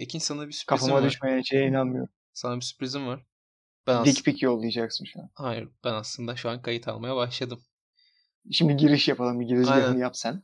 Ekin sana bir sürprizim Kafama var. düşmeyen şeye inanmıyorum. Sana bir sürprizim var. Dik pik yollayacaksın şu an. Hayır, ben aslında şu an kayıt almaya başladım. Şimdi giriş yapalım. Bir girizgahını Aynen. yap sen.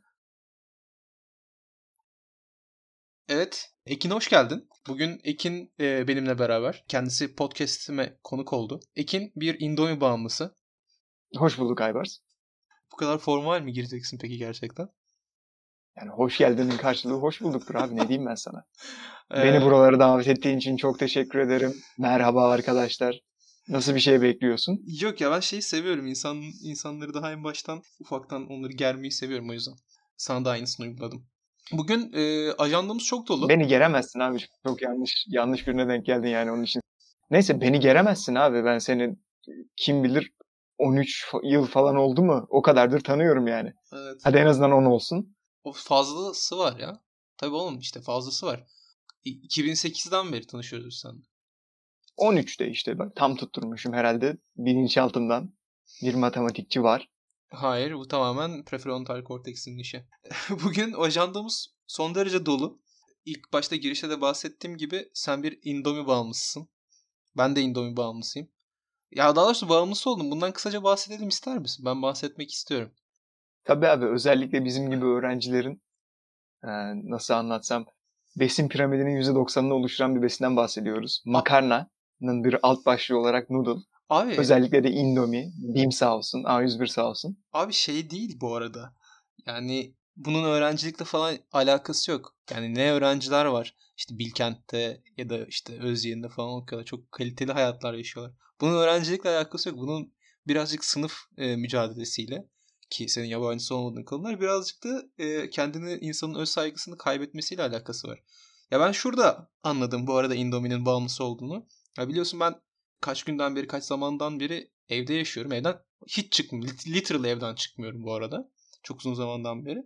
Evet, Ekin hoş geldin. Bugün Ekin benimle beraber. Kendisi podcast'ime konuk oldu. Ekin bir Indomie bağımlısı. Hoş bulduk Aybars. Bu kadar formal mi gireceksin peki gerçekten? Yani hoş geldinin karşılığı hoş bulduktur abi. Ne diyeyim ben sana? Ee, Beni buralara davet ettiğin için çok teşekkür ederim. Merhaba arkadaşlar. Nasıl bir şey bekliyorsun? Yok ya, ben şeyi seviyorum. İnsanları daha en baştan ufaktan onları germeyi seviyorum o yüzden. Sana da aynısını uyguladım. Bugün ajandamız çok dolu. Beni geremezsin abi. Çok yanlış birine denk geldin yani onun için. Neyse beni geremezsin abi. Ben senin kim bilir 13 yıl falan oldu mu? O kadardır tanıyorum yani. Evet. Hadi en azından 10 olsun. O fazlası var ya. Tabii oğlum, işte fazlası var. 2008'den beri tanışıyoruz biz seninle. 13'te işte bak tam tutturmuşum herhalde. Bilinçaltımdan bir matematikçi var. Hayır, bu tamamen prefrontal korteksin işi. Bugün ajandamız son derece dolu. İlk başta girişte de bahsettiğim gibi sen bir Indomie bağımlısısın. Ben de Indomie bağımlısıyım. Ya daha doğrusu bağımlısı oldum. Bundan kısaca bahsedelim ister misin? Ben bahsetmek istiyorum. Tabii abi özellikle bizim gibi öğrencilerin nasıl anlatsam besin piramidinin %90'ını oluşturan bir besinden bahsediyoruz. Makarnanın bir alt başlığı olarak noodle. Abi, Özellikle de Indomie, Bim sağ olsun, A101 sağ olsun. abi şey değil bu arada. Yani bunun öğrencilikle falan alakası yok. Yani ne öğrenciler var. İşte Bilkent'te ya da işte Özyeğin'de falan okuyorlar. Çok kaliteli hayatlar yaşıyorlar. Bunun öğrencilikle alakası yok. Bunun birazcık sınıf mücadelesiyle, ki senin yabancısı olmadığın konular, birazcık da kendini, insanın öz saygısını kaybetmesiyle alakası var. Ya ben şurada anladım bu arada Indomie'nin bağımlısı olduğunu. Ya biliyorsun ben kaç zamandan beri evde yaşıyorum. Evden hiç çıkmıyorum. Literally evden çıkmıyorum bu arada. Çok uzun zamandan beri.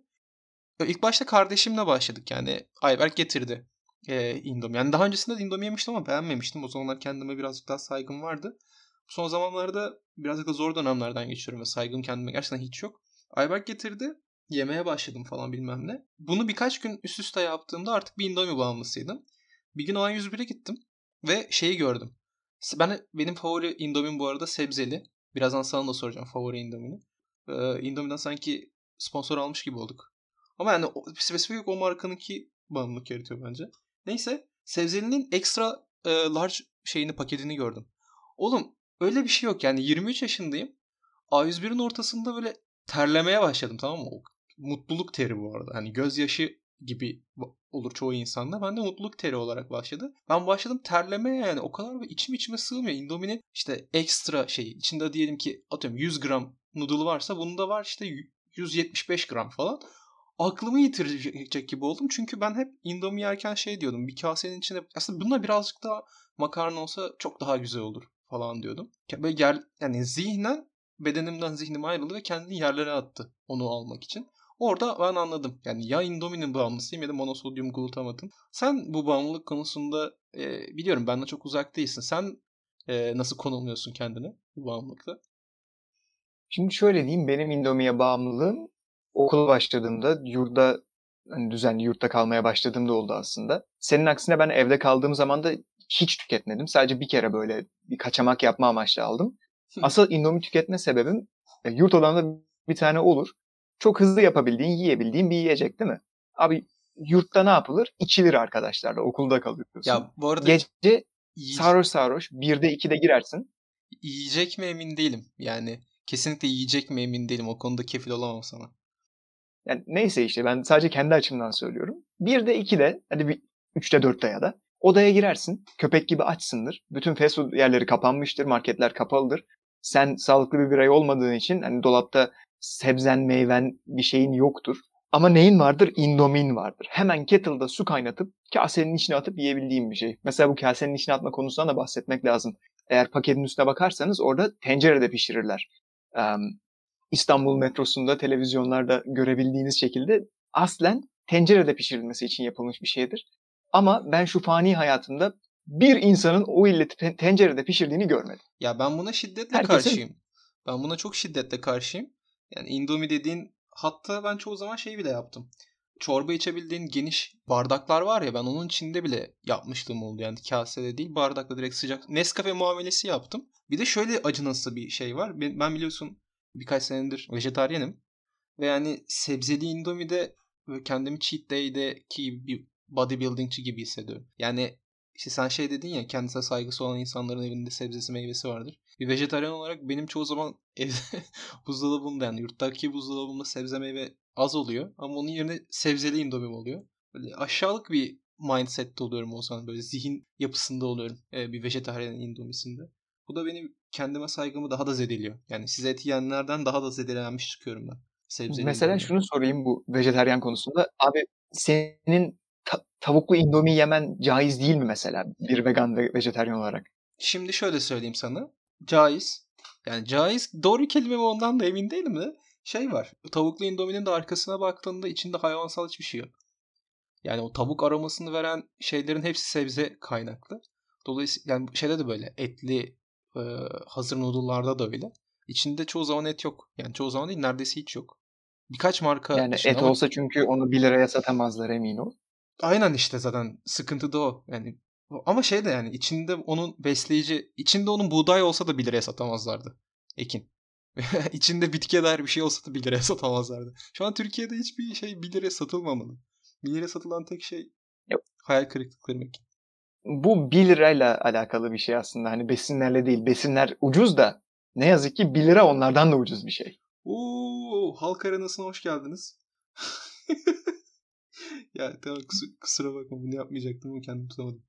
İlk başta kardeşimle başladık yani. Ayberk getirdi Indomie. Yani daha öncesinde de Indomie yemiştim ama beğenmemiştim. O zamanlar kendime birazcık daha saygım vardı. Son zamanlarda birazcık da zor dönemlerden geçiyorum ve saygım kendime gerçekten hiç yok. Ayberk getirdi. Yemeye başladım falan bilmem ne. Bunu birkaç gün üst üste yaptığımda artık bir Indomie bağımlısıydım. Bir gün A101'e gittim ve şeyi gördüm. Benim favori Indomie'm bu arada sebzeli. Birazdan sana da soracağım favori Indomie'ni. Indomie'den sanki sponsor almış gibi olduk. Ama yani spesifik o markanınki bağımlılık yaratıyor bence. Neyse, sebzelinin extra large paketini gördüm. Oğlum öyle bir şey yok yani, 23 yaşındayım. A101'in ortasında böyle terlemeye başladım, tamam mı? O mutluluk teri bu arada. Hani gözyaşı gibi olur çoğu insanda. Ben de mutluluk teri olarak başladı. Ben başladım terlemeye yani. O kadar içime sığmıyor. Indomie'nin işte ekstra içinde diyelim ki atıyorum 100 gram noodle varsa bunda var işte 175 gram falan. Aklımı yitirecek gibi oldum. Çünkü ben hep Indomie yerken diyordum. Bir kasenin içine aslında bununla birazcık daha makarna olsa çok daha güzel olur falan diyordum. Böyle yani bedenimden zihnim ayrıldı ve kendini yerlere attı onu almak için. Orada ben anladım. Yani ya Indomie'nin bağımlısıyım ya da monosodyum glutamatın. Sen bu bağımlılık konusunda biliyorum benden çok uzak değilsin. Sen nasıl konumluyorsun kendini bu bağımlılıkta? Şimdi şöyle diyeyim, benim Indomie'ye bağımlılığım okula başladığımda, hani düzenli yurtta kalmaya başladığımda oldu aslında. Senin aksine ben evde kaldığım zaman da hiç tüketmedim. Sadece bir kere böyle bir kaçamak yapma amaçlı aldım. Asıl Indomie tüketme sebebim yurt odamda bir tane olur. Çok hızlı yapabildiğin, yiyebildiğin bir yiyecek değil mi? Abi yurtta ne yapılır? İçilir arkadaşlarla. Okulda kalıyorsun. Ya bu arada Gece sarhoş 1'de 2'de girersin. yiyecek mi emin değilim. Yani kesinlikle yiyecek mi emin değilim. O konuda kefil olamam sana. Yani neyse işte ben sadece kendi açımdan söylüyorum. 1'de 2'de hadi bir 3'te 4'te ya da odaya girersin. Köpek gibi açsındır. Bütün fast food yerleri kapanmıştır. Marketler kapalıdır. Sen sağlıklı bir birey olmadığın için hani dolapta sebzen, meyven bir şeyin yoktur. Ama neyin vardır? Indomie'in vardır. Hemen kettle'da su kaynatıp kasenin içine atıp yiyebildiğim bir şey. Mesela bu kasenin içine atma konusundan da bahsetmek lazım. Eğer paketin üstüne bakarsanız orada tencerede pişirirler. İstanbul metrosunda, televizyonlarda görebildiğiniz şekilde aslen tencerede pişirilmesi için yapılmış bir şeydir. Ama ben şu fani hayatımda bir insanın o illeti tencerede pişirdiğini görmedim. Ya ben buna şiddetle Herkesin... karşıyım. Ben buna çok şiddetle karşıyım. Yani Indomie dediğin, hatta ben çoğu zaman bile yaptım. çorba içebildiğin geniş bardaklar var ya, ben onun içinde bile yapmışlığım oldu. Yani kasede değil, bardakla direkt sıcak Nescafe muamelesi yaptım. Bir de şöyle acınası bir şey var. Ben biliyorsun birkaç senedir vejetaryenim. Ve yani sebzeli Indomie'de böyle kendimi cheat day'deki bir bodybuildingçi gibi hissediyorum. Yani işte sen şey dedin ya, kendisine saygısı olan insanların evinde sebzesi meyvesi vardır. Bir vejetaryen olarak benim çoğu zaman evde buzdolabımda, yani yurttaki buzdolabımda sebze meyve az oluyor. Ama onun yerine sebzeli Indomie'm oluyor. Böyle aşağılık bir mindsette oluyorum o zaman. Böyle zihin yapısında oluyorum bir vejetaryen Indomie'sinde. Bu da benim kendime saygımı daha da zedeliyor. Yani siz et yiyenlerden daha da zedelenmiş çıkıyorum ben. Sebzeli Mesela Indomie'den. şunu sorayım bu vejetaryen konusunda. Abi senin tavuklu indomie yemen caiz değil mi mesela bir vegan ve vejetaryen olarak? Şimdi şöyle söyleyeyim sana. Caiz. Yani caiz doğru kelime mi ondan da emin değilim de. Şey var. Tavuklu Indomie'nin de arkasına baktığında içinde hayvansal hiçbir şey yok. Yani o tavuk aromasını veren şeylerin hepsi sebze kaynaklı. Dolayısıyla yani şeyde de böyle etli hazır noodle'larda da öyle. İçinde çoğu zaman et yok. Yani çoğu zaman değil, neredeyse hiç yok. Birkaç marka Yani dışında et ama olsa çünkü onu 1 liraya satamazlar emin ol. aynen işte zaten sıkıntı da o. Yani ama şey de yani içinde onun besleyici, içinde onun buğday olsa da 1 liraya satamazlardı. Ekin. İçinde bitkiye dair bir şey olsa da 1 liraya satamazlardı. Şu an Türkiye'de hiçbir şey 1 liraya satılmamalı. 1 liraya satılan tek şey Yok. hayal kırıklıkları Ekin. Bu 1 lirayla alakalı bir şey aslında. Hani besinlerle değil. Besinler ucuz da ne yazık ki 1 lira onlardan da ucuz bir şey. Oo, halk arenasına hoş geldiniz. Ya tamam, kusura bakma, bunu yapmayacaktım ama kendim tutamadım.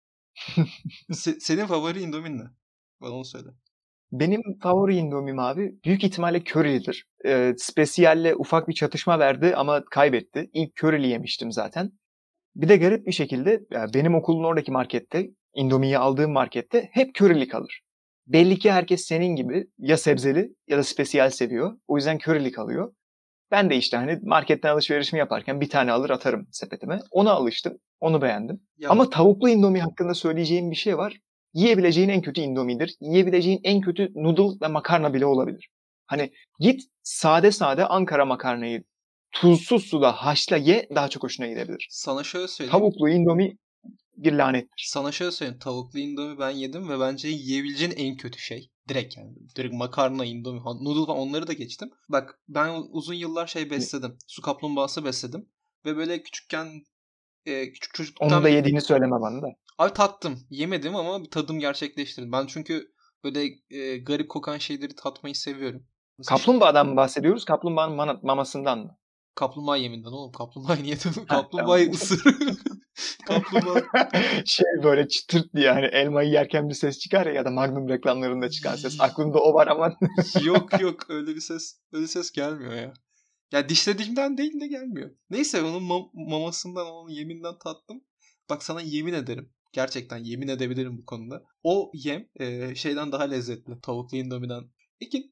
Senin favori Indomie ne? Bana onu söyle. Benim favori indomim abi büyük ihtimalle curry'lidir. Spesiyalle ufak bir çatışma verdi ama kaybetti. İlk curry'li yemiştim zaten. Bir de garip bir şekilde benim okulun oradaki markette, Indomie'yi aldığım markette hep curry'li kalır. Belli ki herkes senin gibi ya sebzeli ya da spesiyel seviyor. O yüzden curry'li kalıyor. Ben de işte hani marketten alışverişimi yaparken bir tane alır atarım sepetime. Ona alıştım. Onu beğendim. Ya Ama tavuklu indomie hakkında söyleyeceğim bir şey var. Yiyebileceğin en kötü indomie'dir. Yiyebileceğin en kötü noodle ve makarna bile olabilir. Hani git sade sade Ankara makarnayı tuzsuz suda haşla ye, daha çok hoşuna gidebilir. sana şöyle söyleyeyim. Tavuklu indomie bir lanettir. Sana şöyle söyleyeyim. Tavuklu Indomie ben yedim ve bence yiyebileceğin en kötü şey. Direkt yani. Direkt makarna, Indomie, noodle falan, onları da geçtim. Bak ben uzun yıllar şey besledim. Su kaplumbağası besledim. Ve böyle küçükken küçük Onu çocukluktan da yediğini söyleme bana da. abi tattım. Yemedim ama bir tadım gerçekleştirdim. Ben çünkü böyle garip kokan şeyleri tatmayı seviyorum. Mesela Kaplumbağadan mı bahsediyoruz? Kaplumbağanın mamasından mı? kaplumbağa yeminden oğlum. Kaplumbağayı niye tadım? Heh, Kaplumbağayı tamam. ısır. Kaplumbağa. Şey böyle çıtırt diye hani elmayı yerken bir ses çıkar ya da Magnum reklamlarında çıkan ses. Aklımda o var ama. Yok öyle bir ses gelmiyor ya. Ya dişlediğimden değil de gelmiyor. Neyse onun mamasından, onun yeminden tattım. Bak sana yemin ederim. Gerçekten yemin edebilirim bu konuda. O yem şeyden daha lezzetli. Tavuklu Indomie'den. Peki.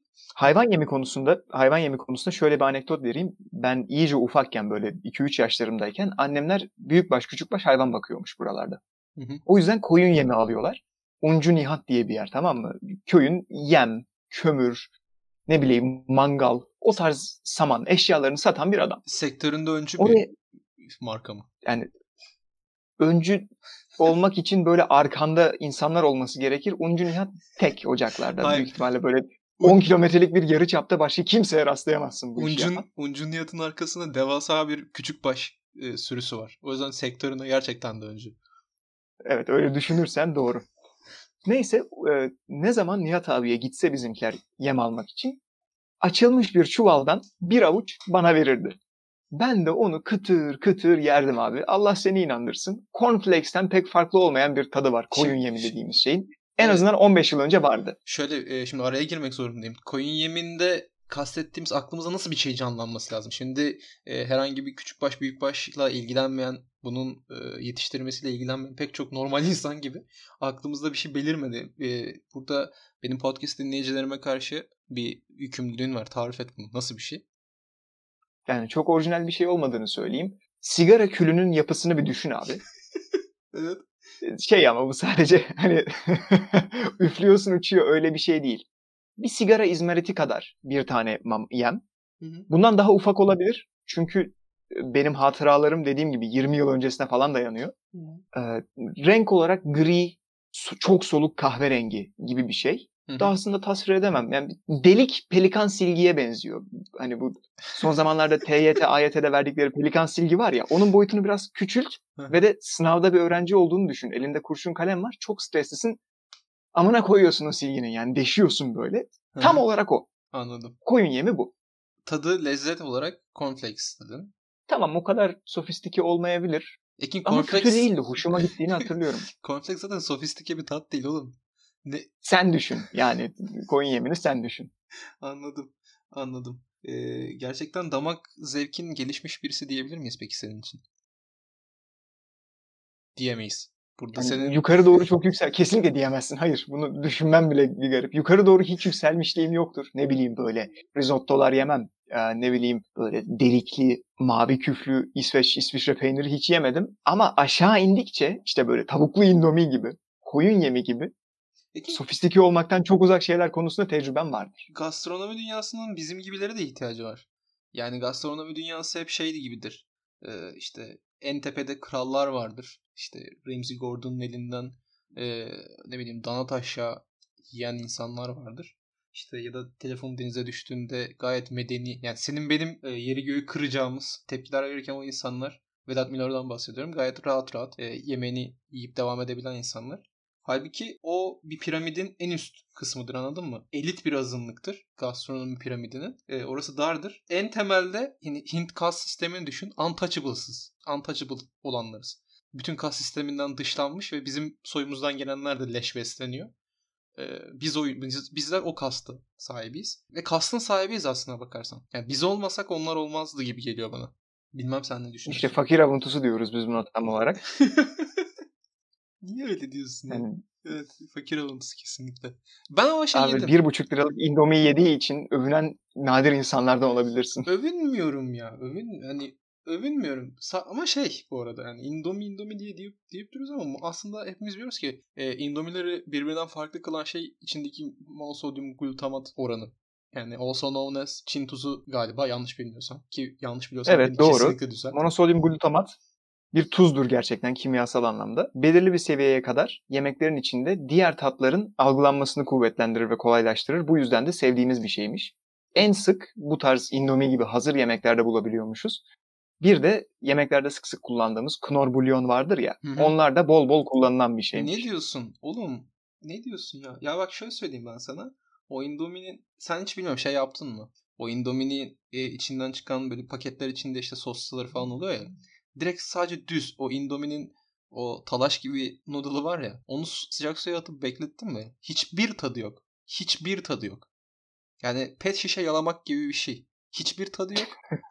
Hayvan yemi konusunda şöyle bir anekdot vereyim. Ben iyice ufakken böyle 2-3 yaşlarımdayken annemler büyükbaş küçükbaş hayvan bakıyormuş buralarda. Hı hı. O yüzden koyun yemi alıyorlar. Uncu Nihat diye bir yer, tamam mı? Köyün yem, kömür, ne bileyim mangal, o tarz saman eşyalarını satan bir adam. Sektöründe öncü Oraya bir marka mı? yani öncü olmak için böyle arkanda insanlar olması gerekir. Uncu Nihat tek ocaklarda. Hayır. Büyük ihtimalle böyle 10 kilometrelik bir yarı çapta başka kimseye rastlayamazsın bu işi yapan. Uncun Nihat'ın arkasında devasa bir küçükbaş sürüsü var. O yüzden sektöründe gerçekten de öncü. Evet, öyle düşünürsen doğru. Neyse ne zaman Nihat abiye gitse bizimkiler yem almak için açılmış bir çuvaldan bir avuç bana verirdi. Ben de onu kıtır kıtır yerdim abi. Allah seni inandırsın. Cornflakes'ten pek farklı olmayan bir tadı var. Koyun yemi dediğimiz şeyin. En azından 15 yıl önce vardı. Şöyle şimdi araya girmek zorundayım. Koyun yeminde kastettiğimiz aklımıza nasıl bir şey canlanması lazım? Şimdi herhangi bir küçükbaş büyükbaşla ilgilenmeyen, bunun yetiştirmesiyle ilgilenmeyen pek çok normal insan gibi aklımızda bir şey belirmedi. Burada benim podcast dinleyicilerime karşı bir yükümlülüğün var. Tarif et bunu. Nasıl bir şey? Yani çok orijinal bir şey olmadığını söyleyeyim. Sigara külünün yapısını bir düşün abi. Evet. Şey ama bu sadece hani üflüyorsun uçuyor, öyle bir şey değil. Bir sigara izmariti kadar bir tane yem. Hı hı. Bundan daha ufak olabilir. Çünkü benim hatıralarım dediğim gibi 20 yıl öncesine falan dayanıyor. Renk olarak gri, çok soluk kahverengi gibi bir şey. Daha aslında tasvir edemem. Yani delik pelikan silgiye benziyor. Hani bu son zamanlarda TYT, AYT'de verdikleri pelikan silgi var ya, onun boyutunu biraz küçült ve de sınavda bir öğrenci olduğunu düşün. Elinde kurşun kalem var. Çok streslisin. Amına koyuyorsun o silginin, yani deşiyorsun böyle. Tam olarak o. Anladım. Koyun yemi bu. Tadı, lezzet olarak cornflakes dedin. Tamam, o kadar sofistike olmayabilir. Ama kötü değildi. Hoşuma gittiğini hatırlıyorum. Cornflakes zaten sofistike bir tat değil oğlum. Sen düşün. Yani koyun yemini sen düşün. Anladım. Gerçekten damak zevkin gelişmiş birisi diyebilir miyiz peki senin için? Diyemeyiz. Burada Yani senin... Yukarı doğru çok kesinlikle diyemezsin. Hayır, bunu düşünmem bile bir garip. Yukarı doğru hiç yükselmişliğim yoktur. Ne bileyim, böyle risottolar yemem. Ne bileyim, böyle delikli, mavi küflü İsviçre peyniri hiç yemedim. Ama aşağı indikçe işte böyle tavuklu indomie gibi, koyun yemi gibi sofistike olmaktan çok uzak şeyler konusunda tecrübem vardır. Gastronomi dünyasının bizim gibilere de ihtiyacı var. Yani gastronomi dünyası hep şeydi gibidir. İşte en tepede krallar vardır. İşte Ramsay Gordon'un elinden ne bileyim dana taşa yiyen insanlar vardır. İşte ya da telefon denize düştüğünde gayet medeni, yani senin benim yeri göğü kıracağımız tepkiler verirken o insanlar, Vedat Milor'dan bahsediyorum, gayet rahat yemeğini yiyip devam edebilen insanlar. Halbuki o bir piramidin en üst kısmıdır, anladın mı? Elit bir azınlıktır gastronomi piramidinin. Orası dardır. En temelde Hint kas sistemini düşün. Untouchable olanlarız. Bütün kas sisteminden dışlanmış ve bizim soyumuzdan gelenler de leş besleniyor. Bizler o kastın sahibiyiz. Ve kastın sahibiyiz aslına bakarsan. Yani biz olmasak onlar olmazdı gibi geliyor bana. Bilmem sen ne düşünüyorsun? İşte fakir avuntusu diyoruz biz buna tam olarak. Niye öyle diyorsun? Yani, evet, fakir avuntusu kesinlikle. Ben o yedim. 1,5 liralık indomie yediği için övünen nadir insanlardan olabilirsin. Övünmüyorum ya. Övünmüyorum. Ama bu arada yani indomie diye deyip duruyoruz ama aslında hepimiz biliyoruz ki indomileri birbirinden farklı kılan şey içindeki monosodyum glutamat oranı. Yani also known as Çin tuzu galiba, yanlış bilmiyorsam. Ki yanlış biliyorsam evet, beni doğru. Kesinlikle düzelt. Monosodyum glutamat bir tuzdur gerçekten kimyasal anlamda. Belirli bir seviyeye kadar yemeklerin içinde diğer tatların algılanmasını kuvvetlendirir ve kolaylaştırır. Bu yüzden de sevdiğimiz bir şeymiş. En sık bu tarz indomie gibi hazır yemeklerde bulabiliyormuşuz. Bir de yemeklerde sık sık kullandığımız knor bulyon vardır ya. Hı-hı. Onlar da bol bol kullanılan bir şeymiş. Ne diyorsun oğlum? Ne diyorsun ya? Ya bak şöyle söyleyeyim ben sana. O indomie'nin, sen hiç bilmiyorum yaptın mı? O indomie'nin içinden çıkan böyle paketler içinde işte sosları falan oluyor ya. Direkt sadece düz o indomie'nin o talaş gibi noodle'ı var ya. Onu sıcak suya atıp beklettin mi? Hiçbir tadı yok. Hiçbir tadı yok. Yani pet şişe yalamak gibi bir şey. Hiçbir tadı yok.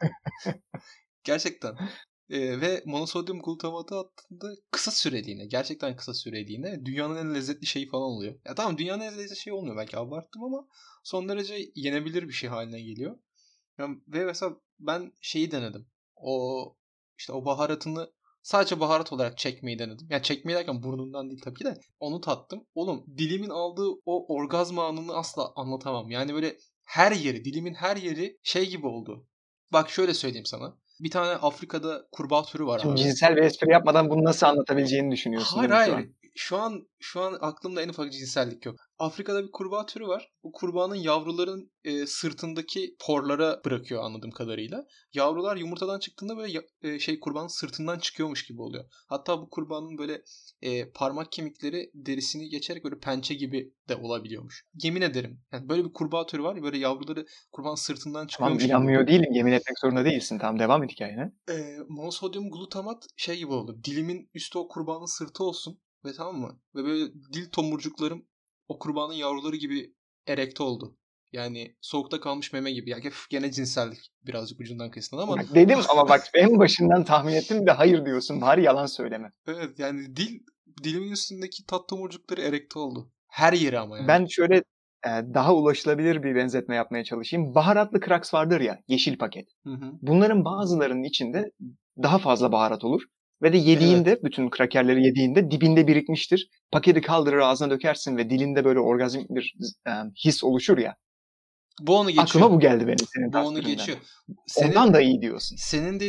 Gerçekten. Ve monosodyum glutamatı attığında gerçekten kısa süreliğine dünyanın en lezzetli şeyi falan oluyor. Ya tamam, dünyanın en lezzetli şeyi olmuyor, belki abarttım ama son derece yenebilir bir şey haline geliyor. Yani, ve mesela ben denedim. O baharatını sadece baharat olarak çekmeyi denedim. Yani çekmeyi derken burnundan değil tabii ki de, onu tattım. Oğlum, dilimin aldığı o orgazm anını asla anlatamam. Yani böyle dilimin her yeri gibi oldu. Bak şöyle söyleyeyim sana. Bir tane Afrika'da kurbağa türü var. Şimdi cinsel bir espri yapmadan bunu nasıl anlatabileceğini düşünüyorsun? Hayır. Şu an aklımda en ufak cinsellik yok. Afrika'da bir kurbağa türü var. Bu kurbağanın yavruların sırtındaki porlara bırakıyor anladığım kadarıyla. Yavrular yumurtadan çıktığında böyle kurbağanın sırtından çıkıyormuş gibi oluyor. Hatta bu kurbağanın böyle parmak kemikleri derisini geçerek böyle pençe gibi de olabiliyormuş. Yemin ederim. Yani böyle bir kurbağa türü var ya, böyle yavruları kurbağanın sırtından çıkıyormuş gibi. Tamam, inanmıyor değilim. Yemin etmek zorunda değilsin. Tamam, devam et hikayene. Monosodyum glutamat gibi oldu. Dilimin üstü o kurbağanın sırtı olsun. Ve tamam mı? Ve böyle dil tomurcuklarım o kurbağanın yavruları gibi erekte oldu. Yani soğukta kalmış meme gibi. Yani gene cinsellik birazcık ucundan kesilen ama. Bak, dedim ama bak en başından tahmin ettim de hayır diyorsun. Bari yalan söyleme. Evet, yani dilimin üstündeki tat tomurcukları erekte oldu. Her yeri ama yani. Ben şöyle daha ulaşılabilir bir benzetme yapmaya çalışayım. Baharatlı kraks vardır ya, yeşil paket. Hı. Bunların bazılarının içinde daha fazla baharat olur. Ve de yediğinde, bütün krakerleri yediğinde dibinde birikmiştir. Paketi kaldırır, ağzına dökersin ve dilinde böyle orgazmik bir his oluşur ya. Bu onu geçiyor. Aklıma bu geldi benim senin Bu onu tasvirinden. geçiyor. Ondan da iyi diyorsun.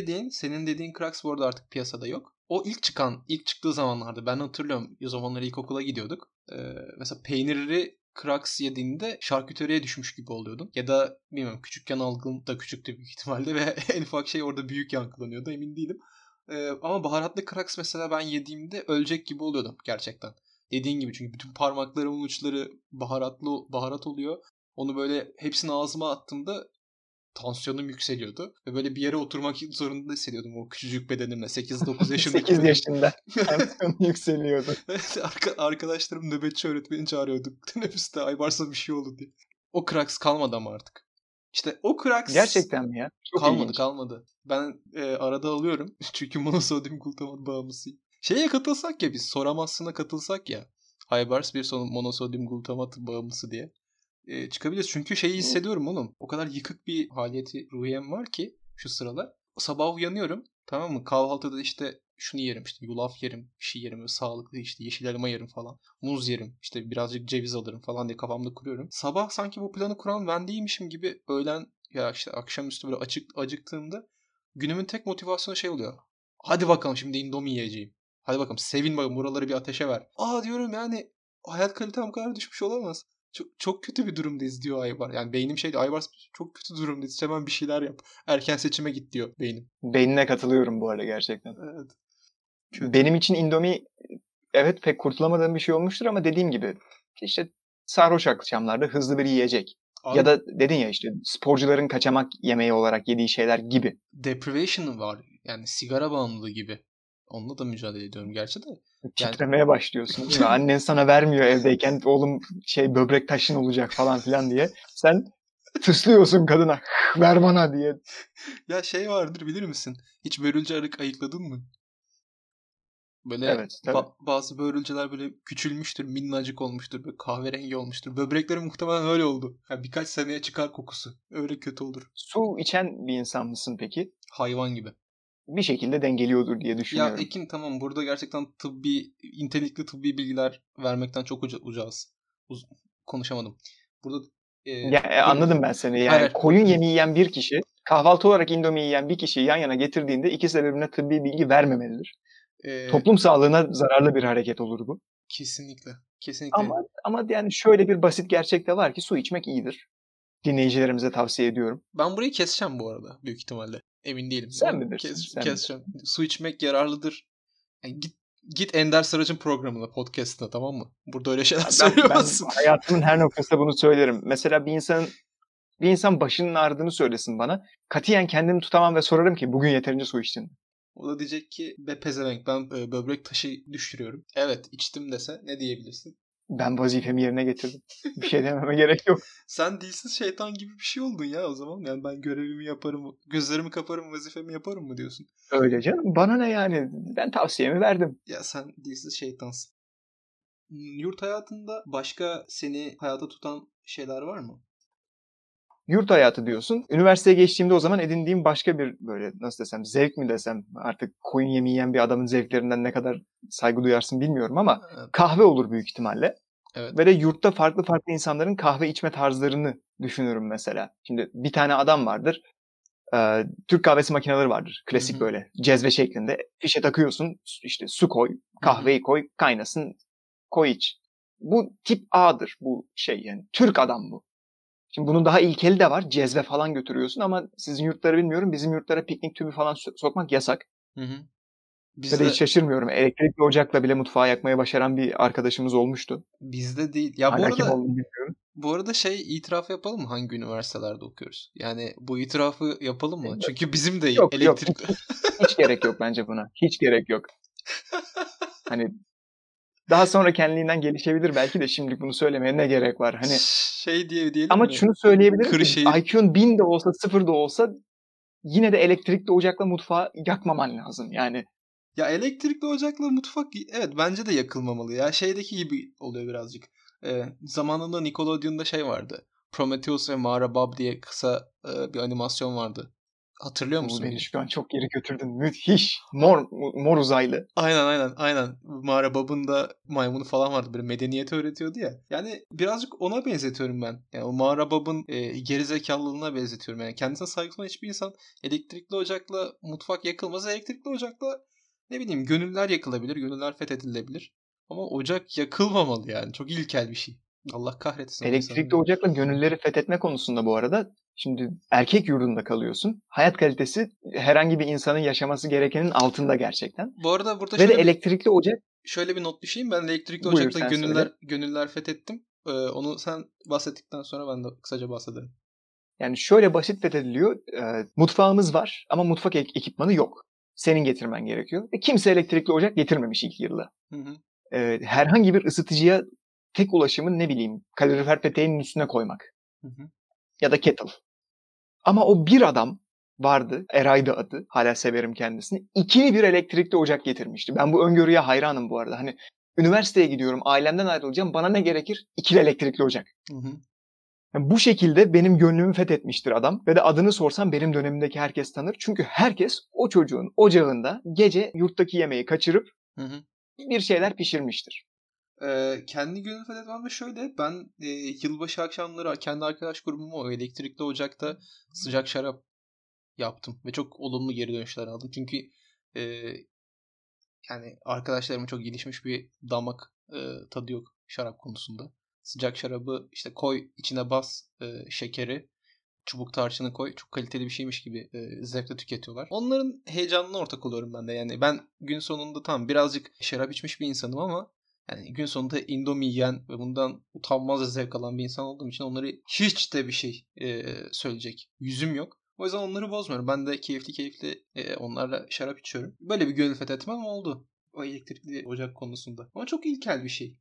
Senin dediğin Krax bu arada artık piyasada yok. O ilk çıktığı zamanlarda ben hatırlıyorum. O zamanlar ilkokula gidiyorduk. Mesela peynirli Krax yediğinde şarküteriye düşmüş gibi oluyordun. Ya da bilmiyorum, küçükken algım da küçüktü büyük ihtimalle ve en ufak şey orada büyük yankılanıyordu, emin değilim. Ama baharatlı Krax mesela ben yediğimde ölecek gibi oluyordum gerçekten. Dediğin gibi, çünkü bütün parmaklarımın uçları baharat oluyor. Onu böyle hepsini ağzıma attığımda tansiyonum yükseliyordu. Ve böyle bir yere oturmak zorunda hissediyordum o küçücük bedenimle. 8-9 yaşındaki 8 yaşında tansiyonum yükseliyordu. Evet, arkadaşlarım nöbetçi öğretmeni çağırıyordu. Teneffüste Aybars'a bir şey oldu diye. O Krax kalmadı ama artık. İşte o Krax... Gerçekten mi ya? Çok kalmadı. Ben arada alıyorum. Çünkü monosodyum glutamat bağımlısıyım. Şeye katılsak ya biz. Soramazsın'a katılsak ya. Aybars bir monosodyum glutamat bağımlısı diye. Çıkabiliriz. Çünkü şeyi hissediyorum oğlum. O kadar yıkık bir haliyeti ruhiyem var ki şu sıralar. Sabah uyanıyorum. Tamam mı? Kahvaltıda işte şunu yerim, işte yulaf yerim, bir şey yerim, böyle sağlıklı, işte yeşil elma yerim falan. Muz yerim, işte birazcık ceviz alırım falan diye kafamda kuruyorum. Sabah sanki bu planı kuran ben değilmişim gibi, öğlen ya işte akşamüstü böyle acıktığımda günümün tek motivasyonu şey oluyor. Hadi bakalım şimdi Indomie yiyeceğim. Hadi bakalım sevin bakalım, buraları bir ateşe ver. Diyorum yani hayat kalitem bu kadar düşmüş olamaz. Çok kötü bir durumdayız diyor Aybars. Yani beynim şey diyor, Aybars çok kötü durumdayız. Hemen bir şeyler yap. Erken seçime git diyor beynim. Beynine katılıyorum bu arada gerçekten. Evet. Kötü. Benim için Indomie evet pek kurtulamadığım bir şey olmuştur ama dediğim gibi işte sarhoş akşamlarda hızlı bir yiyecek. Abi, ya da dedin ya işte sporcuların kaçamak yemeği olarak yediği şeyler gibi. Deprivation var. Yani sigara bağımlılığı gibi. Onunla da mücadele ediyorum gerçi de. Titremeye başlıyorsun değil mi? Annen sana vermiyor evdeyken, oğlum böbrek taşın olacak falan filan diye. Sen tıslıyorsun kadına, ver bana diye. Ya şey vardır, bilir misin? Hiç börülce arık ayıkladın mı? Böyle evet, bazı börülceler böyle küçülmüştür, minnacık olmuştur, böyle kahverengi olmuştur. Böbrekleri muhtemelen öyle oldu. Yani birkaç seneye çıkar kokusu. Öyle kötü olur. Su içen bir insan mısın peki? Hayvan gibi. Bir şekilde dengeliyordur diye düşünüyorum. Ya Ekin, tamam, burada gerçekten nitelikli tıbbi bilgiler vermekten çok ucağız. Konuşamadım. Burada anladım ben seni. Yani hayır. Koyun yemeği yiyen bir kişi, kahvaltı olarak Indomie yiyen bir kişiyi yan yana getirdiğinde ikisi de birbirine tıbbi bilgi vermemelidir. Toplum sağlığına zararlı bir hareket olur bu. Kesinlikle. Ama yani şöyle bir basit gerçek de var ki su içmek iyidir. Dinleyicilerimize tavsiye ediyorum. Ben burayı keseceğim bu arada büyük ihtimalle. Emin değilim. Sen bilirsin. Keseceğim. Su içmek yararlıdır. Yani git Ender Saraç'ın programına, podcast'ına, tamam mı? Burada öyle şeyler söylüyorsun. Ben hayatımın her noktasında bunu söylerim. Mesela bir insan başının ağrıdığını söylesin bana. Katiyen kendimi tutamam ve sorarım ki bugün yeterince su içtin mi? O da diyecek ki be pezevenk, ben böbrek taşı düşürüyorum. Evet, içtim dese ne diyebilirsin? Ben vazifemi yerine getirdim. Bir şey dememe gerek yok. Sen dilsiz şeytan gibi bir şey oldun ya o zaman. Yani ben görevimi yaparım, gözlerimi kaparım, vazifemi yaparım mı diyorsun? Öyle canım. Bana ne yani? Ben tavsiyemi verdim. Ya sen dilsiz şeytansın. Yurt hayatında başka seni hayata tutan şeyler var mı? Yurt hayatı diyorsun. Üniversiteye geçtiğimde o zaman edindiğim başka bir böyle nasıl desem, zevk mi desem, artık koyun yemeği yiyen bir adamın zevklerinden ne kadar saygı duyarsın bilmiyorum ama evet, kahve olur büyük ihtimalle. Evet. Ve de yurtta farklı insanların kahve içme tarzlarını düşünürüm mesela. Şimdi bir tane adam vardır. Türk kahvesi makineleri vardır. Klasik böyle cezve şeklinde. Fişe takıyorsun, işte su koy, kahveyi koy, kaynasın, koy iç. Bu tip A'dır bu şey, yani Türk adam bu. Şimdi bunun daha ilkeli de var. Cezve falan götürüyorsun ama sizin yurtları bilmiyorum. Bizim yurtlara piknik tüpü falan sokmak yasak. Bizde hiç şaşırmıyorum. Elektrikli ocakla bile mutfağı yakmaya başaran bir arkadaşımız olmuştu. Bizde değil. Ya hala bu arada itiraf yapalım mı? Hangi üniversitelerde okuyoruz? Yani bu itirafı yapalım mı? Çünkü bizim de yok, elektrikli... Yok. Hiç gerek yok bence buna. Hiç gerek yok. Hani daha sonra kendiliğinden gelişebilir belki de, şimdilik bunu söylemeye ne gerek var? Hani diyelim ama mi? şunu söyleyebilirim ki IQ'un 1000 de olsa 0 da olsa yine de elektrikli ocakla mutfağı yakmaman lazım yani. Ya elektrikli ocakla mutfak evet bence de yakılmamalı ya. Şeydeki gibi oluyor birazcık. Zamanında Nickelodeon'da vardı. Prometheus ve Mağara Bob diye kısa bir animasyon vardı. Hatırlıyor musun? Beni şu an çok geri götürdün. Müthiş. Mor uzaylı. Aynen. Mağara Bab'ın maymunu falan vardı. Böyle medeniyeti öğretiyordu ya. Yani birazcık ona benzetiyorum ben. Yani o Mağara Bab'ın gerizekalılığına benzetiyorum. Yani kendisine saygısı olan hiçbir insan elektrikli ocakla mutfak yakılmaz. Elektrikli ocakla ne bileyim gönüller yakılabilir. Gönüller fethedilebilir. Ama ocak yakılmamalı yani. Çok ilkel bir şey. Allah kahretsin. Elektrikli ocakla gönülleri fethetme konusunda bu arada şimdi erkek yurdunda kalıyorsun. Hayat kalitesi herhangi bir insanın yaşaması gerekenin altında gerçekten. Bu arada burada ve de elektrikli ocak. Şöyle bir not düşeyim. Ben elektrikli Buyur, ocakla gönüller fethettim. Onu sen bahsettikten sonra ben de kısaca bahsederim. Yani şöyle basit fethediliyor. Mutfağımız var ama mutfak ekipmanı yok. Senin getirmen gerekiyor. Ve kimse elektrikli ocak getirmemiş ilk yılda. Herhangi bir ısıtıcıya tek ulaşımın ne bileyim kalorifer peteğinin üstüne koymak. Ya da kettle. Ama o bir adam vardı. Eray'dı adı. Hala severim kendisini. İkili bir elektrikli ocak getirmişti. Ben bu öngörüye hayranım bu arada. Hani üniversiteye gidiyorum. Ailemden ayrılacağım. Bana ne gerekir? İkili elektrikli ocak. Yani bu şekilde benim gönlümü fethetmiştir adam. Ve de adını sorsam benim dönemimdeki herkes tanır. Çünkü herkes o çocuğun ocağında gece yurttaki yemeği kaçırıp bir şeyler pişirmiştir. Kendi gönül fethetmem şöyle. Ben yılbaşı akşamları kendi arkadaş grubuma o elektrikli ocakta sıcak şarap yaptım. Ve çok olumlu geri dönüşler aldım. Çünkü yani arkadaşlarımın çok gelişmiş bir damak tadı yok şarap konusunda. Sıcak şarabı işte koy, içine bas şekeri, çubuk tarçını koy. Çok kaliteli bir şeymiş gibi zevkle tüketiyorlar. Onların heyecanına ortak oluyorum ben de. Yani ben gün sonunda tam birazcık şarap içmiş bir insanım ama yani gün sonunda Indomie yiyen ve bundan utanmaz ve zevk alan bir insan olduğum için onları hiç de bir şey söyleyecek yüzüm yok. O yüzden onları bozmuyorum. Ben de keyifli onlarla şarap içiyorum. Böyle bir gönül fethetmem oldu. O elektrikli ocak konusunda. Ama çok ilkel bir şey.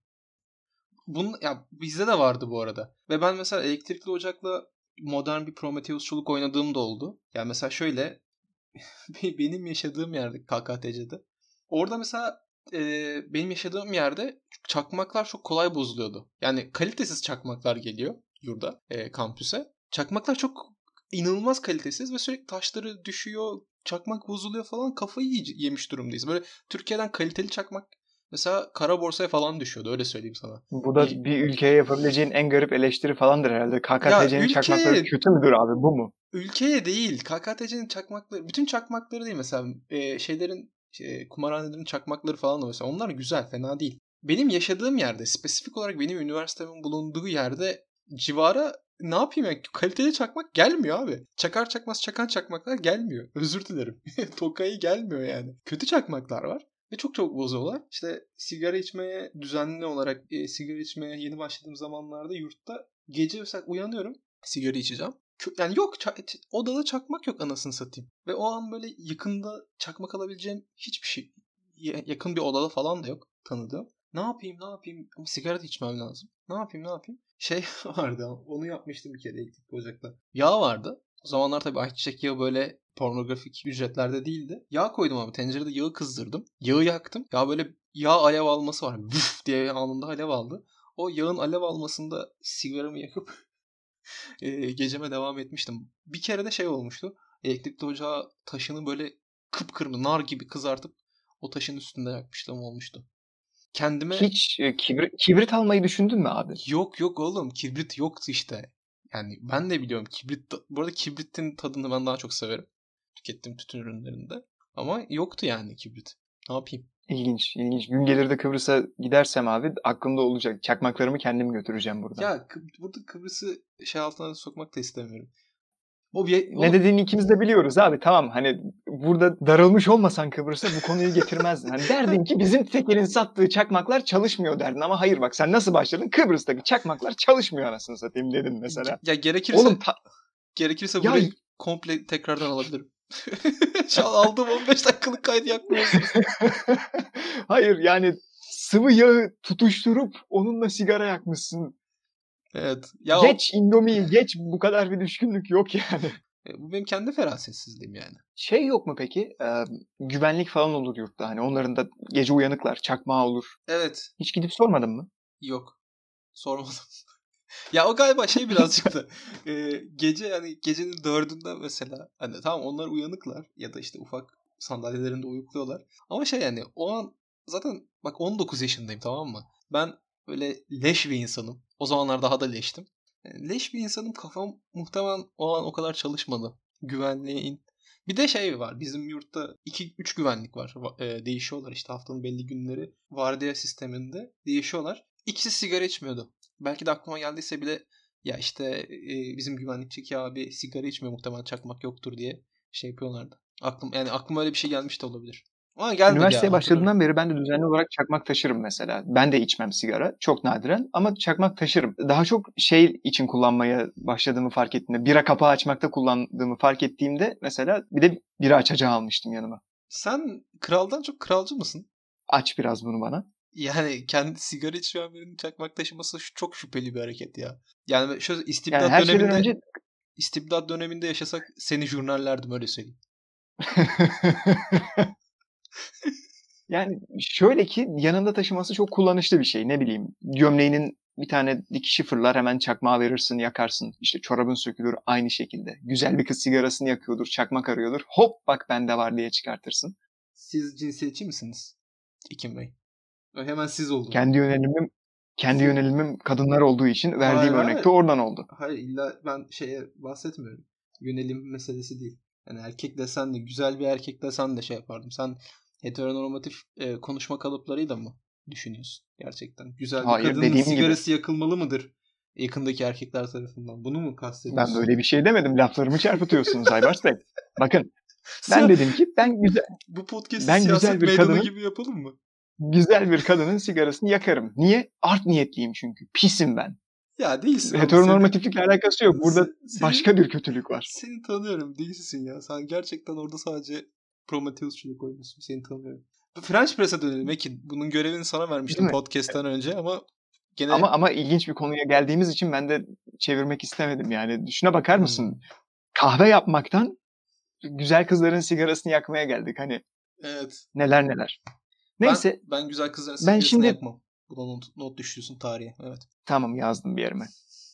Ya bizde de vardı bu arada. Ve ben mesela elektrikli ocakla modern bir Prometheus'çuluk oynadığım da oldu. Yani mesela şöyle benim yaşadığım yerde KKTC'de. Orada mesela benim yaşadığım yerde çakmaklar çok kolay bozuluyordu. Yani kalitesiz çakmaklar geliyor yurda, kampüse. Çakmaklar çok inanılmaz kalitesiz ve sürekli taşları düşüyor, çakmak bozuluyor falan, kafayı yemiş durumdayız. Böyle Türkiye'den kaliteli çakmak mesela kara borsaya falan düşüyordu, öyle söyleyeyim sana. Bu da bir ülkeye yapabileceğin en garip eleştiri falandır herhalde. KKTC'nin çakmakları kötü müdür abi, bu mu? Ülkeye değil. KKTC'nin çakmakları, bütün çakmakları değil mesela kumarhanelerin çakmakları falan da mesela. Onlar güzel, fena değil. Benim yaşadığım yerde, spesifik olarak benim üniversitemin bulunduğu yerde civara ne yapayım ya? Kaliteli çakmak gelmiyor abi. Çakar çakmaz çakan çakmaklar gelmiyor. Özür dilerim. Tokayı gelmiyor yani. Kötü çakmaklar var. Ve çok çok bozuyorlar. İşte sigara içmeye düzenli olarak sigara içmeye yeni başladığım zamanlarda yurtta gece mesela uyanıyorum. Sigara içeceğim. Yani yok odada çakmak yok anasını satayım. Ve o an böyle yakında çakmak alabileceğim hiçbir şey. Yakın bir odada falan da yok tanıdığım. Ne yapayım? Ama sigara da içmem lazım. Ne yapayım? Şey vardı, onu yapmıştım bir kere elektrikli ocakta. Yağ vardı. O zamanlar tabii ayçiçek yağı böyle pornografik ücretlerde değildi. Yağ koydum abi. Tencerede yağı kızdırdım. Yağı yaktım. Ya böyle yağ alev alması var. Vuf diye anında alev aldı. O yağın alev almasında sigaramı yakıp geceme devam etmiştim. Bir kere de şey olmuştu. Elektrikli ocağı taşını böyle kıpkırmızı nar gibi kızartıp o taşın üstünde yakmışlığım olmuştu. Kendime... Hiç kibrit almayı düşündün mü abi? Yok oğlum. Kibrit yoktu işte. Yani ben de biliyorum bu arada kibritin tadını ben daha çok severim. Tükettiğim tütün ürünlerinde. Ama yoktu yani kibrit. Ne yapayım? İlginç. Gün gelir de Kıbrıs'a gidersem abi aklımda olacak. Çakmaklarımı kendim götüreceğim buradan. Ya burada Kıbrıs'ı altına sokmak da istemiyorum. Ne dediğini ikimiz de biliyoruz abi. Tamam, hani burada darılmış olmasan Kıbrıs'a bu konuyu getirmezdin. Hani derdin ki bizim Tekel'in sattığı çakmaklar çalışmıyor derdin. Ama hayır bak, sen nasıl başladın? Kıbrıs'taki çakmaklar çalışmıyor anasını satayım dedin mesela. Ya gerekirse burayı komple tekrardan alabilirim. Şu an aldığım 15 dakikalık kaydı yakmıyorsunuz. Hayır yani sıvı yağı tutuşturup onunla sigara yakmışsın. Evet. Ya geç Indomie'yi geç, bu kadar bir düşkünlük yok yani. Bu benim kendi ferasetsizliğim yani. Şey yok mu peki? Güvenlik falan olur yurtta. Hani onların da gece uyanıklar. Çakmağı olur. Evet. Hiç gidip sormadın mı? Yok. Sormadım. Ya o galiba şey birazcık da gece hani gecenin 4'ünde mesela hani tamam onlar uyanıklar ya da işte ufak sandalyelerinde uyukluyorlar. Ama şey yani o an zaten bak 19 yaşındayım, tamam mı? Ben öyle leş bir insanım. O zamanlar daha da leştim. Yani leş bir insanım, kafam muhtemelen o an o kadar çalışmadı. Güvenliğe in. Bir de şey var, bizim yurtta 2-3 güvenlik var. Değişiyorlar işte haftanın belli günleri. Vardiya sisteminde değişiyorlar. İkisi sigara içmiyordu. Belki de aklıma geldiyse bile ya işte bizim güvenlikçi abi sigara içmiyor, muhtemelen çakmak yoktur diye şey yapıyorlardı. Aklıma öyle bir şey gelmiş de olabilir. Ama gelmedi Üniversiteye ya, hatırlıyorum. başladığımdan beri ben de düzenli olarak çakmak taşırım mesela. Ben de içmem sigara. Çok nadiren ama çakmak taşırım. Daha çok şey için kullanmaya başladığımı fark ettiğimde, bira kapağı açmakta kullandığımı fark ettiğimde mesela bir de bira açacağı almıştım yanıma. Sen kraldan çok kralcı mısın? Aç biraz bunu bana. Yani kendi sigara içmeyen birinin çakmak taşıması çok şüpheli bir hareket ya. Yani şöyle Yani her şeyden önce istibdat döneminde yaşasak seni jurnallerdim, öyle söyleyeyim. yani şöyle ki yanında taşıması çok kullanışlı bir şey. Ne bileyim, gömleğinin bir tane dikişi fırlar, hemen çakmağı verirsin, yakarsın. İşte çorabın sökülür aynı şekilde. Güzel bir kız sigarasını yakıyordur, çakmak arıyordur. Hop bak bende var diye çıkartırsın. Siz cinsiyetçi misiniz Ekim Bey? Hemen siz oldu. Kendi yönelimim kadınlar olduğu için verdiğim Hayır, örnek de oradan oldu. hayır, illa ben şeye bahsetmiyorum. Yönelim meselesi değil. Yani erkek desen de, güzel bir erkek desen de şey yapardım. Sen heteronormatif konuşma kalıplarıyla mı düşünüyorsun gerçekten? Güzel bir Hayır, kadının dediğim gibi. sigarası yakılmalı mıdır yakındaki erkekler tarafından? Bunu mu Ben kastediyorsun? böyle bir şey demedim. Laflarımı çarpıtıyorsunuz Aybars Bey. Bakın, ben Sen dedim ki bu podcast'i ben siyaset meydanı gibi yapalım mı? güzel bir kadının sigarasını yakarım. Niye? Art niyetliyim çünkü. Pisim ben. Ya değilsin abi. Heteronormatiflikle alakası yok. Burada başka Senin, bir kötülük var. seni tanıyorum. Değilsin ya. Sen gerçekten orada sadece Prometheus'çuluk oynuyorsun. Seni tanıyorum. French Press'e dönelim Ekin. Bunun görevini sana vermiştim Değil mi? podcast'ten önce ama gene... Ama ilginç bir konuya geldiğimiz için ben de çevirmek istemedim yani. Şuna bakar mısın? Kahve yapmaktan güzel kızların sigarasını yakmaya geldik. Hani Evet. neler. Neyse. Ben güzel kızların Ben sigarasını şimdi yakmam. Buna not düşüyorsun tarihe. Evet. tamam, yazdım bir yerime.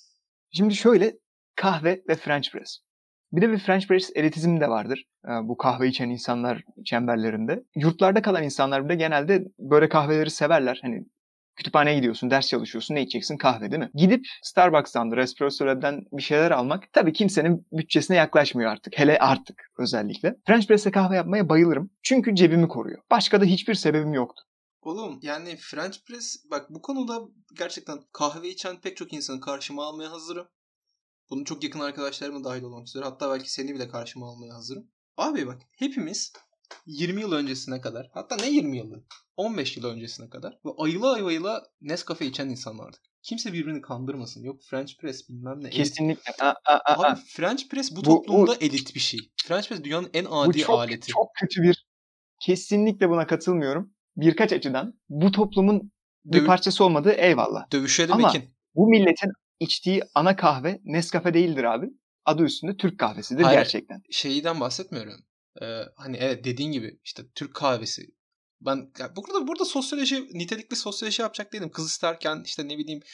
Şimdi şöyle, kahve ve French press. Bir de bir French press elitizm de vardır. Bu kahve içen insanlar çemberlerinde. Yurtlarda kalan insanlar bile genelde böyle kahveleri severler. Hani kütüphaneye gidiyorsun, ders çalışıyorsun, ne içeceksin? Kahve, değil mi? Gidip Starbucks'tan, Espresso Lab'den bir şeyler almak tabii kimsenin bütçesine yaklaşmıyor artık. Hele artık özellikle. French press'le kahve yapmaya bayılırım. Çünkü cebimi koruyor. Başka da hiçbir sebebim yoktu. Oğlum yani French Press, bak bu konuda gerçekten kahve içen pek çok insanı karşıma almaya hazırım. Bunun çok yakın arkadaşlarıma dahil olmak üzere. Hatta belki seni bile karşıma almaya hazırım. Abi bak, hepimiz 20 yıl öncesine kadar, hatta ne 20 yılı, 15 yıl öncesine kadar ve ayıla Nescafe içen insanlardık. Kimse birbirini kandırmasın. Yok French Press bilmem ne. Kesinlikle. Abi French Press bu toplumda elit bir şey. French Press dünyanın en adi aleti. Çok kötü bir... Kesinlikle buna katılmıyorum. Birkaç açıdan. Bu toplumun bir parçası olmadığı eyvallah. Dövüşelim ama Ekin. Bu milletin içtiği ana kahve Nescafe değildir abi. Adı üstünde Türk kahvesidir. Hayır, gerçekten. Şeyden bahsetmiyorum. Hani evet, dediğin gibi işte Türk kahvesi. Ben burada sosyoloji, nitelikli sosyoloji yapacak değilim. Kız isterken işte ne bileyim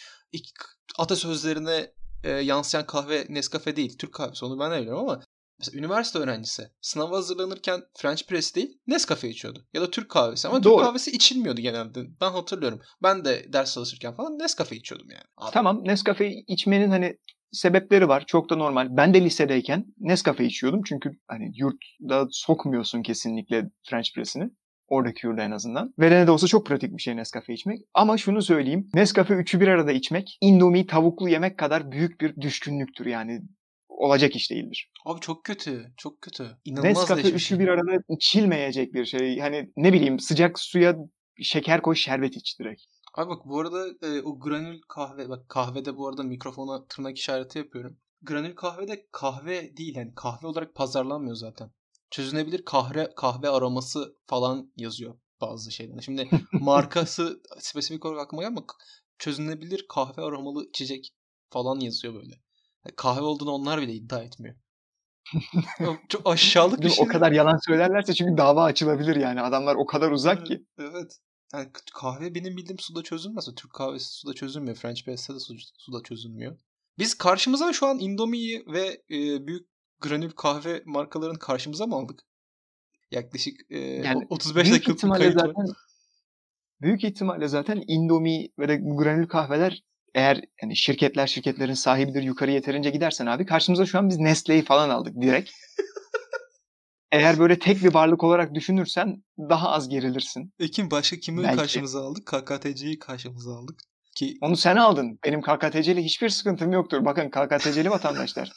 atasözlerine yansıyan kahve Nescafe değil. Türk kahvesi, onu ben de biliyorum ama mesela üniversite öğrencisi sınava hazırlanırken French Press değil Nescafe içiyordu. Ya da Türk kahvesi, ama Doğru. Türk kahvesi içilmiyordu genelde. Ben hatırlıyorum. Ben de ders çalışırken falan Nescafe içiyordum yani. Abi. Tamam, Nescafe içmenin hani sebepleri var. Çok da normal. Ben de lisedeyken Nescafe içiyordum. Çünkü hani yurtta sokmuyorsun kesinlikle French Press'ini. Oradaki yurda en azından. Ve ne de olsa çok pratik bir şey Nescafe içmek. Ama şunu söyleyeyim. Nescafe 3'ü bir arada içmek Indomie tavuklu yemek kadar büyük bir düşkünlüktür yani. Olacak iş değildir. Abi çok kötü. Çok kötü. İnanılmaz Nescafe 3'ü bir arada içilmeyecek bir şey. Hani ne bileyim, sıcak suya şeker koy, şerbet iç direkt. Abi bak bu arada o granül kahve, bak kahvede bu arada mikrofona tırnak işareti yapıyorum. Granül kahvede kahve değil, yani kahve olarak pazarlanmıyor zaten. Çözünebilir kahve aroması falan yazıyor bazı şeyler. Şimdi markası spesifik olarak aklıma gelmiyor. Çözünebilir kahve aromalı içecek falan yazıyor böyle. Yani kahve olduğunu onlar bile iddia etmiyor. Çok aşağılık bir şey. O kadar yalan söylerlerse çünkü dava açılabilir yani. Adamlar o kadar uzak ki. Evet. yani kahve benim bildiğim suda çözülmez. Türk kahvesi suda çözülmüyor. French press'te de suda çözülmüyor. Biz karşımıza şu an Indomie'yi ve büyük granül kahve markalarını karşımıza mı aldık? Yaklaşık Yani 35 dakikalık bir kayıt var. Büyük ihtimalle zaten Indomie ve de bu granül kahveler, eğer yani şirketlerin sahibidir, yukarı yeterince gidersen abi, karşımıza şu an biz Nestle'yi falan aldık direkt. Eğer böyle tek bir varlık olarak düşünürsen daha az gerilirsin. Ekim başka kimi Belki. karşımıza aldık? KKTC'yi karşımıza aldık. Ki onu sen aldın. Benim KKTC ile hiçbir sıkıntım yoktur. Bakın KKTC'li vatandaşlar.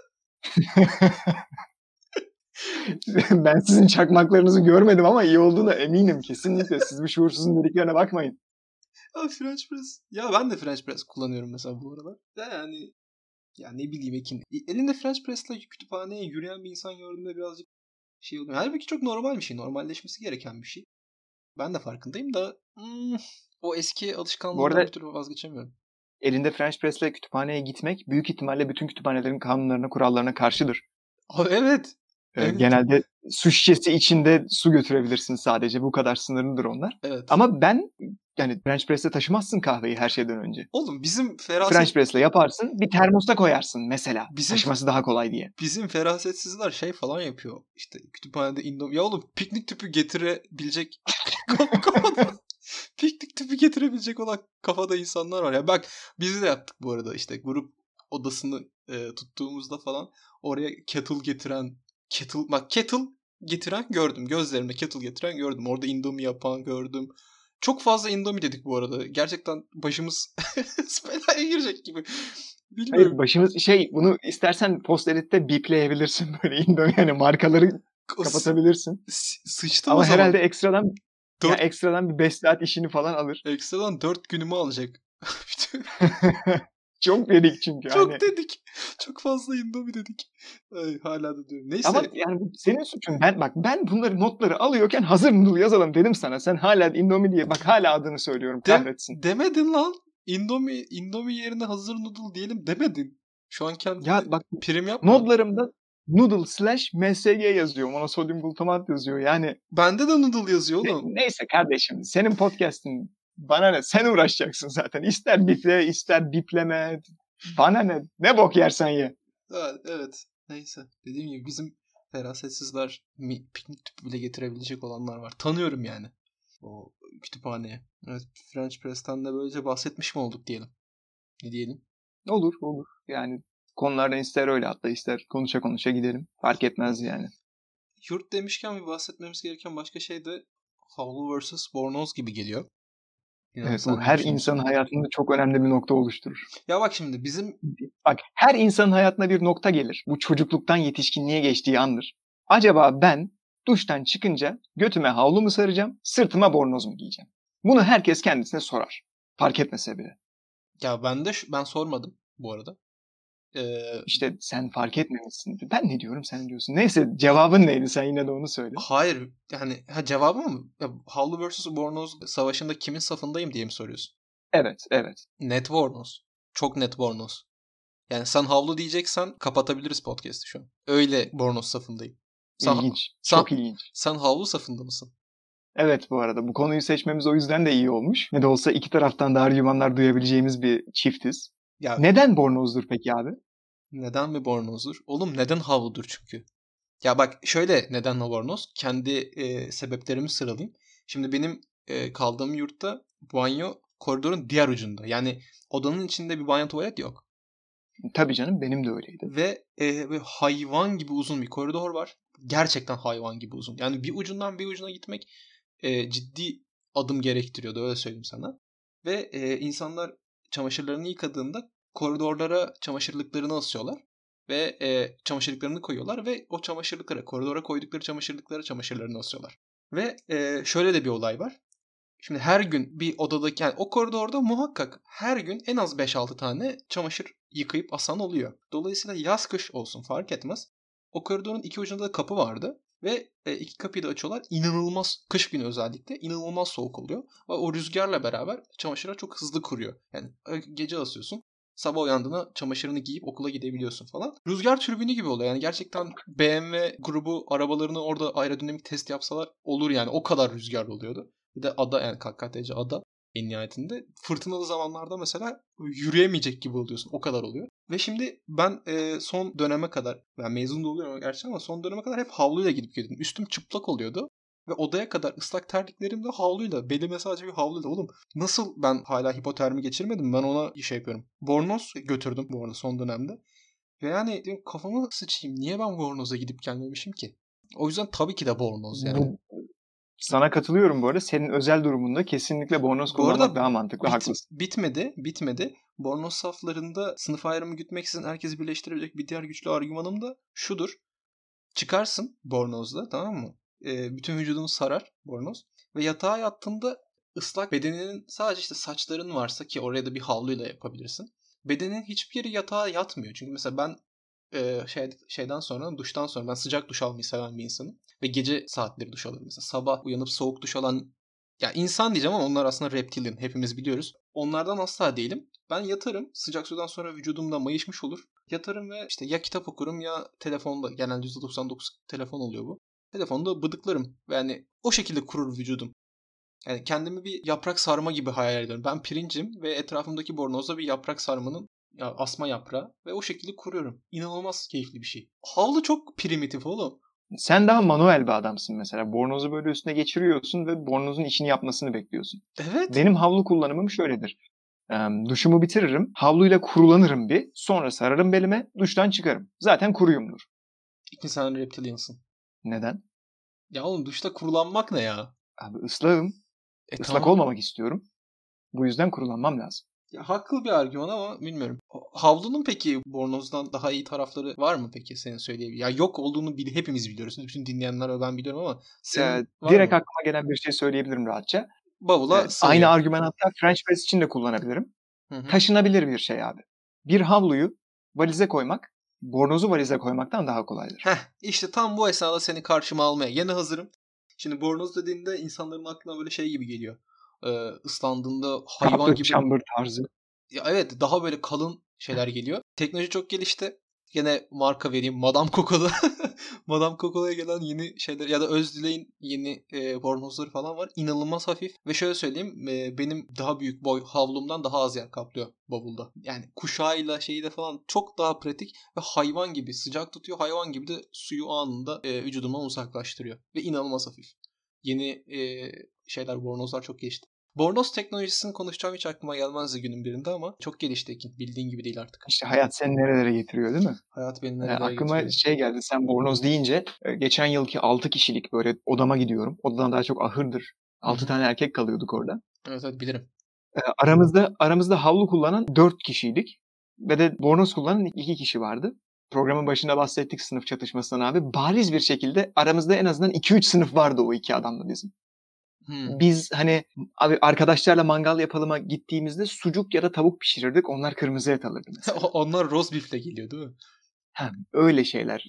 Ben sizin çakmaklarınızı görmedim ama iyi olduğuna eminim kesinlikle. Siz bu şuursuzun dediklerine bakmayın. Ya French press. Ya ben de French press kullanıyorum mesela bu aralar. Yani ya ne bileyim Ekin. Elinde French press'la kütüphaneye yürüyen bir insan gördüğümde birazcık şey oluyor. Halbuki çok normal bir şey. Normalleşmesi gereken bir şey. Ben de farkındayım da o eski alışkanlığımdan bir türlü vazgeçemiyorum. Elinde French press'le kütüphaneye gitmek büyük ihtimalle bütün kütüphanelerin kanunlarına, kurallarına karşıdır. Evet. Evet. Genelde su şişesi içinde su götürebilirsin sadece. Bu kadar sınırlıdır onlar. Evet. Ama ben yani French press'le taşımazsın kahveyi her şeyden önce. Oğlum bizim French press'le yaparsın, bir termosta koyarsın mesela. Taşıması daha kolay diye. Bizim ferasetsizler şey falan yapıyor. İşte kütüphanede ya oğlum piknik tüpü getirebilecek piknik tüpü getirebilecek olan kafada insanlar var. Ya bak biz de yaptık bu arada, işte grup odasını tuttuğumuzda falan oraya kettle getiren gördüm. Gözlerimle kettle getiren gördüm. Orada Indomie yapan gördüm. Çok fazla Indomie dedik bu arada. Gerçekten başımız belaya girecek gibi. Bilmiyorum. Hayır, başımız bunu istersen post-edit'te bipleyebilirsin böyle Indomie, yani markaları kapatabilirsin. Sıçtım ama o zaman. herhalde ekstradan bir 5 saat işini falan alır. Ekstradan 4 günümü alacak. Çok dedik çünkü. Çok dedik. Çok fazla Indomie dedik. Ay, hala da diyorum. Neyse. Ama yani senin suçun. Ben bunları notları alıyorken hazır noodle yazalım dedim sana. Sen hala Indomie diye bak, hala adını söylüyorum. Kahretsin. Demedin lan. Indomie yerine hazır noodle diyelim demedin. Şu an kendine ya bak, prim yapma. Notlarımda noodle/msg yazıyor. Monosodyum glutamat yazıyor. Yani bende de noodle yazıyor oğlum. Neyse kardeşim. Senin podcast'in, bana ne? Sen uğraşacaksın zaten. İster biple, ister bipleme. Bana ne? Ne bok yersen ye. Evet. Neyse. Dediğim gibi bizim ferasetsizler piknik tüpü bile getirebilecek olanlar var. Tanıyorum yani. O kütüphaneye. Evet. French Press'ten de böylece bahsetmiş mi olduk diyelim. Ne diyelim? Olur. Yani konulardan ister öyle atla, ister konuşa gidelim. Fark etmez yani. Yurt demişken bir bahsetmemiz gereken başka şey de Havlu vs. Bornoz gibi geliyor. Evet, bu her insanın hayatında çok önemli bir nokta oluşturur. Ya bak şimdi her insanın hayatına bir nokta gelir. Bu çocukluktan yetişkinliğe geçtiği andır. Acaba ben duştan çıkınca götüme havlu mu saracağım, sırtıma bornoz mu giyeceğim? Bunu herkes kendisine sorar. Fark etmese bile. Ya ben sormadım bu arada. İşte sen fark etmemişsin. Ben ne diyorum, sen diyorsun. Neyse, cevabın neydi? Sen yine de onu söyle. Hayır. Yani cevabı mı? Ya, Havlu vs. Bornoz savaşında kimin safındayım diye mi soruyorsun? Evet. Net Bornoz. Çok net Bornoz. Yani sen havlu diyeceksen kapatabiliriz podcast'ı şu an. Öyle Bornoz safındayım. İlginç. Çok ilginç. Sen havlu safında mısın? Evet, bu arada bu konuyu seçmemiz o yüzden de iyi olmuş. Ne de olsa iki taraftan da argümanlar duyabileceğimiz bir çiftiz. Ya, neden bornozdur peki abi? Neden mi bornozdur? Oğlum neden havludur çünkü? Ya bak şöyle, neden bornoz? Kendi sebeplerimi sıralayayım. Şimdi benim kaldığım yurtta banyo koridorun diğer ucunda. Yani odanın içinde bir banyo tuvalet yok. Tabii canım, benim de öyleydi. Ve hayvan gibi uzun bir koridor var. Gerçekten hayvan gibi uzun. Yani bir ucundan bir ucuna gitmek ciddi adım gerektiriyordu, öyle söyleyeyim sana. Ve insanlar çamaşırlarını yıkadığında koridorlara çamaşırlıklarını asıyorlar. Ve çamaşırlıklarını koyuyorlar ve o çamaşırlıklara, koridora koydukları çamaşırlarını asıyorlar. Ve şöyle de bir olay var. Şimdi her gün bir odadaki, yani o koridorda muhakkak her gün en az 5-6 tane çamaşır yıkayıp asan oluyor. Dolayısıyla yaz kış olsun fark etmez. O koridorun iki ucunda da kapı vardı. Ve iki kapıyı da açıyorlar. İnanılmaz, kış günü özellikle inanılmaz soğuk oluyor. Ve o rüzgarla beraber çamaşırlar çok hızlı kuruyor. Yani gece asıyorsun. Sabah uyandığında çamaşırını giyip okula gidebiliyorsun falan. Rüzgar türbini gibi oluyor. Yani gerçekten BMW grubu arabalarını orada aerodinamik test yapsalar olur yani. O kadar rüzgarlı oluyordu. Bir de ada, yani KKTC ada en nihayetinde. Fırtınalı zamanlarda mesela yürüyemeyecek gibi oluyorsun. O kadar oluyor. Ve şimdi ben son döneme kadar, ben mezun da oluyorum gerçi ama son döneme kadar hep havluyla gidip geliyordum. Üstüm çıplak oluyordu. Ve odaya kadar ıslak terliklerim de havluyla. Belime sadece bir havluyla. Oğlum nasıl ben hala hipotermi geçirmedim? Ben ona şey yapıyorum. Bornoz götürdüm bu arada son dönemde. Ve yani diyorum, kafamı sıçayım. Niye ben bornoza gidip gelmemişim ki? O yüzden tabii ki de bornoz yani. Sana katılıyorum bu arada. Senin özel durumunda kesinlikle bornoz kullanmak daha mantıklı. Haklısın. Bitmedi. Bornoz saflarında sınıf ayrımı gütmeksizin herkesi birleştirebilecek bir diğer güçlü argümanım da şudur. Çıkarsın bornozla, tamam mı? Bütün vücudunu sarar bornoz. Ve yatağa yattığında ıslak bedeninin sadece işte saçların varsa, ki oraya da bir havluyla yapabilirsin. Bedenin hiçbir yeri yatağa yatmıyor. Çünkü mesela ben şeyden sonra, duştan sonra, ben sıcak duş almayı seven bir insanım. Ve gece saatleri duş alırım. Mesela sabah uyanıp soğuk duş alan, ya insan diyeceğim ama onlar aslında reptilian. Hepimiz biliyoruz. Onlardan asla değilim. Ben yatarım. Sıcak sudan sonra vücudumda mayışmış olur. Yatarım ve işte ya kitap okurum ya telefonda. Genelde %99 telefon oluyor bu. Telefonda bıdıklarım. Ve yani o şekilde kurur vücudum. Yani kendimi bir yaprak sarma gibi hayal ediyorum. Ben pirincim ve etrafımdaki bornozda bir yaprak sarmanın, ya asma yaprağı, ve o şekilde kuruyorum. İnanılmaz keyifli bir şey. Havlu çok primitif oğlum. Sen daha manuel bir adamsın mesela. Bornozu böyle üstüne geçiriyorsun ve bornozun işini yapmasını bekliyorsun. Evet. Benim havlu kullanımım şöyledir. Duşumu bitiririm. Havluyla kurulanırım bir. Sonra sararım belime. Duştan çıkarım. Zaten kuruyumdur. İkinci sen reptiliansın. Neden? Ya oğlum duşta kurulanmak ne ya? Abi ıslahım. Islak Tamam. olmamak istiyorum. Bu yüzden kurulanmam lazım. Ya, haklı bir argüman ama bilmiyorum. Havlunun peki bornozdan daha iyi tarafları var mı peki senin söyleyebileceğin? Ya yok olduğunu hepimiz biliyoruz. Bütün dinleyenler ve ben biliyorum ama senin var direkt mı? aklıma gelen bir şey söyleyebilirim rahatça. Bavula sığıyor. Aynı argümanı hatta French press için de kullanabilirim. Hı-hı. Taşınabilir bir şey abi. Bir havluyu valize koymak, bornozu valize koymaktan daha kolaydır. İşte tam bu esnada seni karşıma almaya yine hazırım. Şimdi bornoz dediğinde insanların aklına böyle şey gibi geliyor. Islandığında hayvan gibi. Chamber tarzı. Ya evet, daha böyle kalın şeyler geliyor. Teknoloji çok gelişti. Gene marka vereyim. Madame Coco'da Madame Coco'ya gelen yeni şeyler ya da Özdilek'in yeni bornozları falan var. İnanılmaz hafif. Ve şöyle söyleyeyim, benim daha büyük boy havlumdan daha az yer kaplıyor bavulda. Yani kuşağıyla şeyi de falan çok daha pratik ve hayvan gibi sıcak tutuyor. Hayvan gibi de suyu anında vücuduma uzaklaştırıyor. Ve inanılmaz hafif. Yeni şeyler, bornozlar çok gelişti. Bornoz teknolojisini konuşacağım hiç aklıma gelmezdi günün birinde ama çok gelişti Ekin. Bildiğin gibi değil artık. İşte hayat seni nerelere getiriyor değil mi? Hayat beni nerelere aklıma getiriyor. şey geldi, sen bornoz deyince geçen yılki 6 kişilik böyle odama gidiyorum. Odadan daha çok ahırdır. 6 tane erkek kalıyorduk orada. Evet bilirim. Aramızda havlu kullanan 4 kişiydik. Ve de bornoz kullanan 2 kişi vardı. Programın başında bahsettik sınıf çatışmasından abi. Bariz bir şekilde aramızda en azından 2-3 sınıf vardı o 2 adamla bizim. Biz hani abi arkadaşlarla mangal yapalıma gittiğimizde sucuk ya da tavuk pişirirdik. Onlar kırmızı et alırdı mesela. Onlar roast beef'le geliyor değil mi? Öyle şeyler.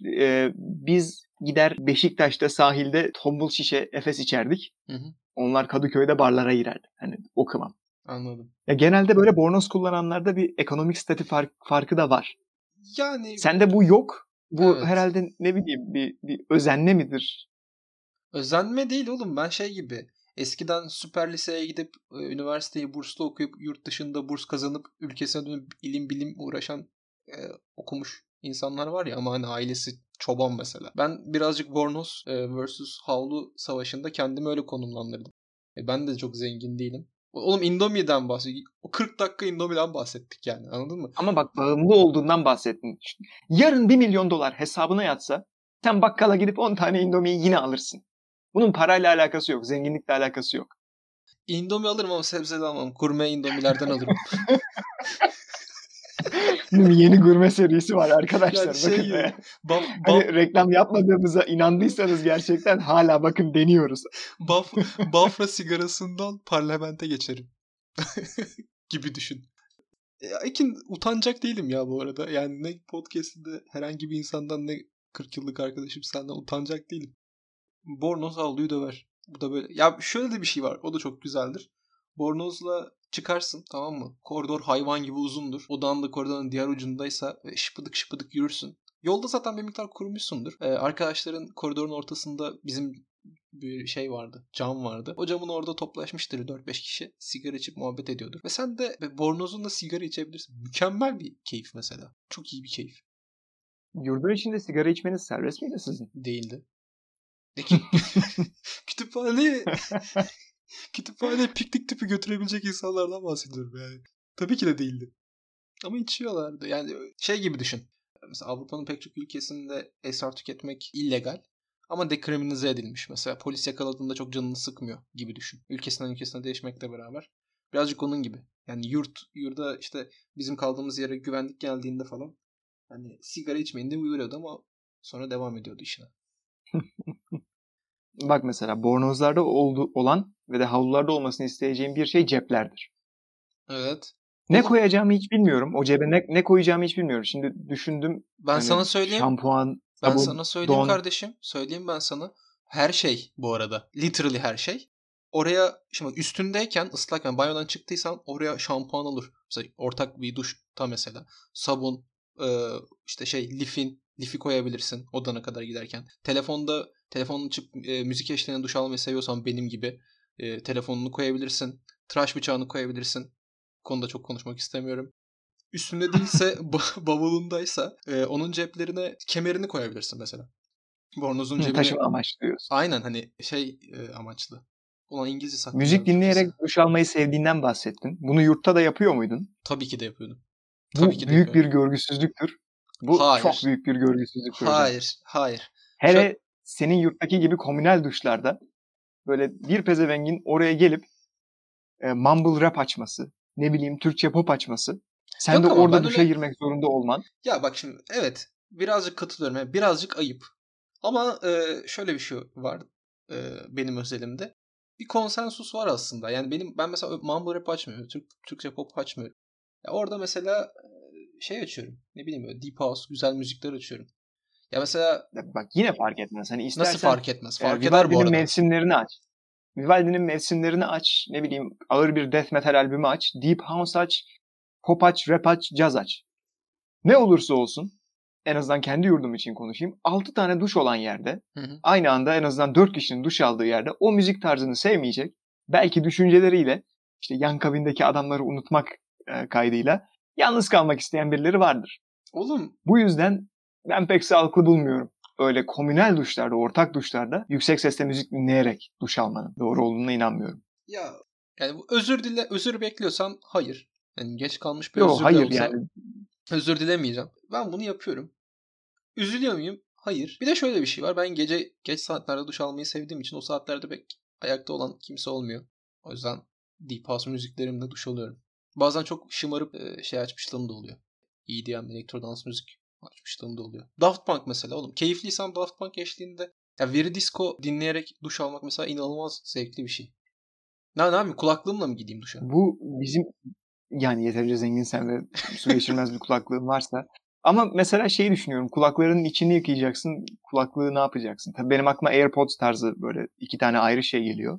Biz gider Beşiktaş'ta sahilde tombul şişe Efes içerdik. Onlar Kadıköy'de barlara girerdi. Hani o kıvam. Anladım. Ya genelde böyle bornoz kullananlarda bir ekonomik statü farkı da var. Yani sende bu yok. Bu evet. Herhalde ne bileyim bir özenme midir? Özenme değil oğlum. Ben şey gibi, eskiden süper liseye gidip üniversiteyi burslu okuyup yurt dışında burs kazanıp ülkesine dönüp ilim bilim uğraşan okumuş insanlar var ya, ama hani ailesi çoban mesela. Ben birazcık bornoz versus havlu savaşında kendimi öyle konumlandırdım. Ben de çok zengin değilim. Oğlum Indomie'den bahsediyor. O 40 dakika Indomie'den bahsettik yani, anladın mı? Ama bak, bağımlı olduğundan bahsettin. Yarın $1 milyon hesabına yatsa sen bakkala gidip 10 tane Indomie'yi yine alırsın. Bunun parayla alakası yok. Zenginlikle alakası yok. Indomie alırım ama sebzeli almam. Gurme Indomie'lerden alırım. Yeni gurme serisi var arkadaşlar. Yani bakın hani reklam yapmadığımıza inandıysanız gerçekten hala bakın deniyoruz. Bafra sigarasından parlamente geçerim. gibi düşün. Ekin, utanacak değilim ya bu arada. Yani ne podcast'inde herhangi bir insandan ne 40 yıllık arkadaşım senden utanacak değilim. Bornoz havluyu döver. Bu da böyle. Ya şöyle de bir şey var. O da çok güzeldir. Bornozla çıkarsın, tamam mı? Koridor hayvan gibi uzundur. Odanın da koridorun diğer ucundaysa şıpıdık şıpıdık yürürsün. Yolda zaten bir miktar kurumuşsundur. Arkadaşların koridorun ortasında bizim bir şey vardı. Cam vardı. O camın orada toplaşmıştır 4-5 kişi. Sigara içip muhabbet ediyordur. Ve sen de bornozunla sigara içebilirsin. Mükemmel bir keyif mesela. Çok iyi bir keyif. Yurdun içinde sigara içmeniz serbest miydi sizin? Değildi. Kütüphaneye piknik tüpü götürebilecek insanlardan bahsediyorum yani. Tabii ki de değildi. Ama içiyorlardı. Yani şey gibi düşün. Mesela Avrupa'nın pek çok ülkesinde esrar tüketmek illegal. Ama dekriminalize edilmiş. Mesela polis yakaladığında çok canını sıkmıyor gibi düşün. Ülkesinden ülkesine değişmekle beraber. Birazcık onun gibi. Yani yurda işte bizim kaldığımız yere güvenlik geldiğinde falan hani sigara içmeyin de uyarıyordu ama sonra devam ediyordu işine. Bak mesela bornozlarda olan ve de havlularda olmasını isteyeceğim bir şey ceplerdir. Evet. Ne koyacağımı hiç bilmiyorum. O cebe ne koyacağımı hiç bilmiyorum. Şimdi düşündüm. Ben hani sana söyleyeyim. şampuan, Ben sabun, sana söyleyeyim don. kardeşim. Söyleyeyim ben sana. Her şey bu arada. Literally her şey. Oraya şimdi üstündeyken ıslakken banyodan çıktıysan oraya şampuan olur. Mesela ortak bir duşta mesela. Sabun, işte lifi koyabilirsin odana kadar giderken. Telefonunu açıp müzik eşliğinde duş almayı seviyorsan benim gibi telefonunu koyabilirsin. Tıraş bıçağını koyabilirsin. Bu konuda çok konuşmak istemiyorum. Üstünde değilse bavulundaysa onun ceplerine kemerini koyabilirsin mesela. Bornozun cebine. Taşıma amaçlı diyorsun. Aynen hani amaçlı. Ulan İngilizce saklı. Müzik dinleyerek duş almayı sevdiğinden bahsettin. Bunu yurtta da yapıyor muydun? Tabii ki de yapıyordum. Bu büyük bir görgüsüzlüktür. Bu Hayır. çok büyük bir görgüsüzlüktür hocam. Hayır. Hele senin yurttaki gibi komünel duşlarda böyle bir pezevengin oraya gelip mumble rap açması, ne bileyim Türkçe pop açması. Sen de orada duşa girmek zorunda olman. Ya bak şimdi evet birazcık katılıyorum. Yani birazcık ayıp. Ama şöyle bir şey var benim özelimde. Bir konsensus var aslında. Yani ben mesela mumble rap açmıyorum. Türkçe pop açmıyorum. Ya orada mesela şey açıyorum. Ne bileyim böyle deep house, güzel müzikler açıyorum. Ya mesela Bak yine fark etmez. Hani istersen nasıl fark etmez? Fark eder bu arada. mevsimlerini aç. Vivaldi'nin mevsimlerini aç. Ne bileyim ağır bir death metal albümü aç. Deep house aç. Pop aç, rap aç, caz aç. Ne olursa olsun en azından kendi yurdum için konuşayım. 6 tane duş olan yerde aynı anda en azından 4 kişinin duş aldığı yerde o müzik tarzını sevmeyecek. Belki düşünceleriyle işte yan kabindeki adamları unutmak kaydıyla yalnız kalmak isteyen birileri vardır. Oğlum. Bu yüzden ben pek sağlıklı bulmuyorum. Öyle komünel duşlarda, ortak duşlarda yüksek sesle müzik dinleyerek duş almanın doğru olduğuna inanmıyorum. Ya yani özür bekliyorsan hayır. Yani geç kalmış bir Yo, özür hayır de olsa yani. özür dilemeyeceğim. Ben bunu yapıyorum. Üzülüyor muyum? Hayır. Bir de şöyle bir şey var. Ben geç saatlerde duş almayı sevdiğim için o saatlerde pek ayakta olan kimse olmuyor. O yüzden deep house müziklerimle duş alıyorum. Bazen çok şımarıp açmışlığım da oluyor. EDM, elektrodans müzik açmışlığım da oluyor. Daft Punk mesela oğlum. Keyifliysem Daft Punk eşliğinde ya Very Disco dinleyerek duş almak mesela inanılmaz zevkli bir şey. Ne yapayım? Kulaklığımla mı gideyim duşa? Bu bizim yani yeterince zenginsen ve su geçirmez bir kulaklığın varsa. Ama mesela şeyi düşünüyorum. Kulaklarının içini yıkayacaksın. Kulaklığı ne yapacaksın? Tabii benim aklıma AirPods tarzı böyle 2 tane ayrı şey geliyor.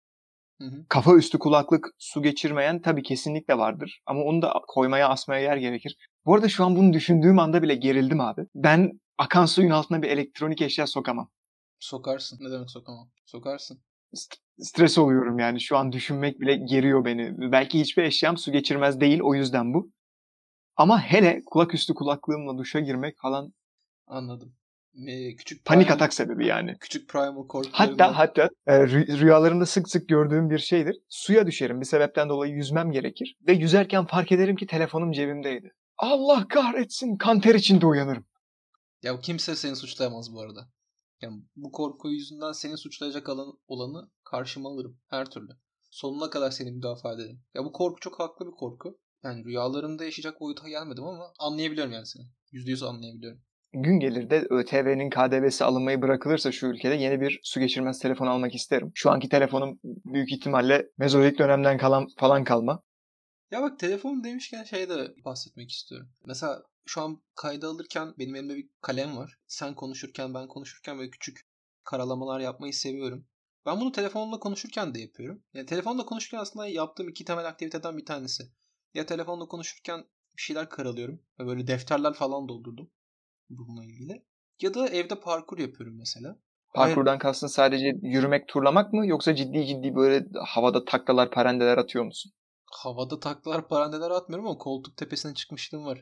Kafa üstü kulaklık su geçirmeyen tabii kesinlikle vardır. Ama onu da koymaya asmaya yer gerekir. Bu arada şu an bunu düşündüğüm anda bile gerildim abi. Ben akan suyun altına bir elektronik eşya sokamam. Sokarsın. Ne demek sokamam? Sokarsın. Stres oluyorum yani. Şu an düşünmek bile geriyor beni. Belki hiçbir eşyam su geçirmez değil. O yüzden bu. Ama hele kulaküstü kulaklığımla duşa girmek falan. Anladım. Küçük panik atak sebebi yani. Küçük primal korkularımdan. Hatta rüyalarımda sık sık gördüğüm bir şeydir. Suya düşerim. Bir sebepten dolayı yüzmem gerekir. Ve yüzerken fark ederim ki telefonum cebimdeydi. Allah kahretsin. Kanter içinde uyanırım. Ya kimse seni suçlayamaz bu arada. Yani bu korku yüzünden seni suçlayacak olanı karşıma alırım. Her türlü. Sonuna kadar seni müdafaa ederim. Ya bu korku çok haklı bir korku. Yani rüyalarımda yaşayacak boyuta gelmedim ama anlayabiliyorum yani seni. %100 anlayabiliyorum. Gün gelir de ÖTV'nin KDV'si alınmayı bırakılırsa şu ülkede yeni bir su geçirmez telefon almak isterim. Şu anki telefonum büyük ihtimalle Mezolik dönemden falan kalma. Ya bak telefon demişken de bahsetmek istiyorum. Mesela şu an kayda alırken benim elimde bir kalem var. Sen konuşurken ben konuşurken böyle küçük karalamalar yapmayı seviyorum. Ben bunu telefonla konuşurken de yapıyorum. Yani telefonla konuşurken aslında yaptığım 2 temel aktiviteden bir tanesi. Ya telefonla konuşurken bir şeyler karalıyorum. Ve böyle defterler falan doldurdum bununla ilgili. Ya da evde parkur yapıyorum mesela. Hayır. Parkurdan kastın sadece yürümek, turlamak mı yoksa ciddi böyle havada taklalar, parendeler atıyor musun? Havada taklalar, parandeler atmıyorum ama koltuk tepesine çıkmışlığım var.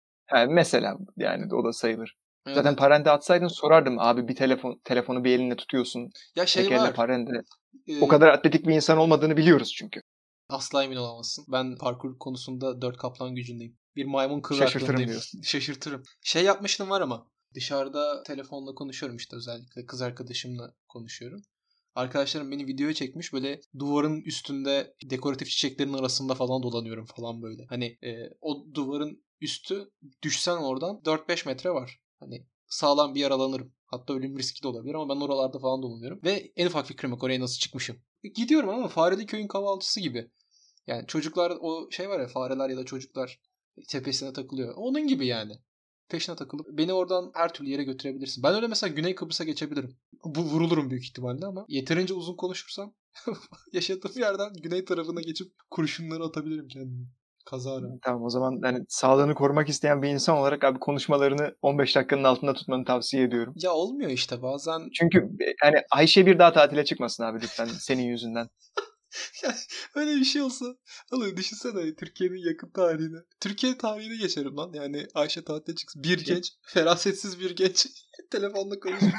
Mesela yani o da sayılır. Evet, Zaten evet. parende atsaydın sorardım. Abi bir telefonu bir elinle tutuyorsun. Ya Tek elle var. parende. O kadar atletik bir insan olmadığını biliyoruz çünkü. Asla emin olamazsın. Ben parkur konusunda 4 kaplan gücündeyim. Bir maymun Şaşırtırım kıvraklığındayım. diyorsun. Şaşırtırım. Yapmıştım var ama. Dışarıda telefonla konuşuyorum işte, özellikle kız arkadaşımla konuşuyorum. Arkadaşlarım beni videoya çekmiş, böyle duvarın üstünde dekoratif çiçeklerin arasında falan dolanıyorum falan böyle. Hani o duvarın üstü, düşsen oradan 4-5 metre var. Hani sağlam bir yaralanırım. Hatta ölüm riski de olabilir ama ben oralarda falan dolanıyorum. Ve en ufak fikrim yok oraya nasıl çıkmışım. Gidiyorum ama fareli köyün kahvaltısı gibi. Yani çocuklar, o var ya, fareler ya da çocuklar tepesine takılıyor. Onun gibi yani. Peşine takılıp beni oradan her türlü yere götürebilirsin. Ben öyle mesela Güney Kıbrıs'a geçebilirim. Bu vurulurum büyük ihtimalle ama yeterince uzun konuşursam yaşadığım yerden güney tarafına geçip kurşunları atabilirim kendime. Kazara. Tamam, o zaman yani sağlığını korumak isteyen bir insan olarak abi konuşmalarını 15 dakikanın altında tutmanı tavsiye ediyorum. Ya olmuyor işte bazen. Çünkü hani Ayşe bir daha tatile çıkmasın abi lütfen senin yüzünden. Ya, öyle bir şey olsa. Oğlum düşünsene Türkiye'nin yakın tarihine. Türkiye tarihine geçerim lan. Yani Ayşe tatile çıksın. Bir genç, ferasetsiz bir genç telefonla konuşuyor.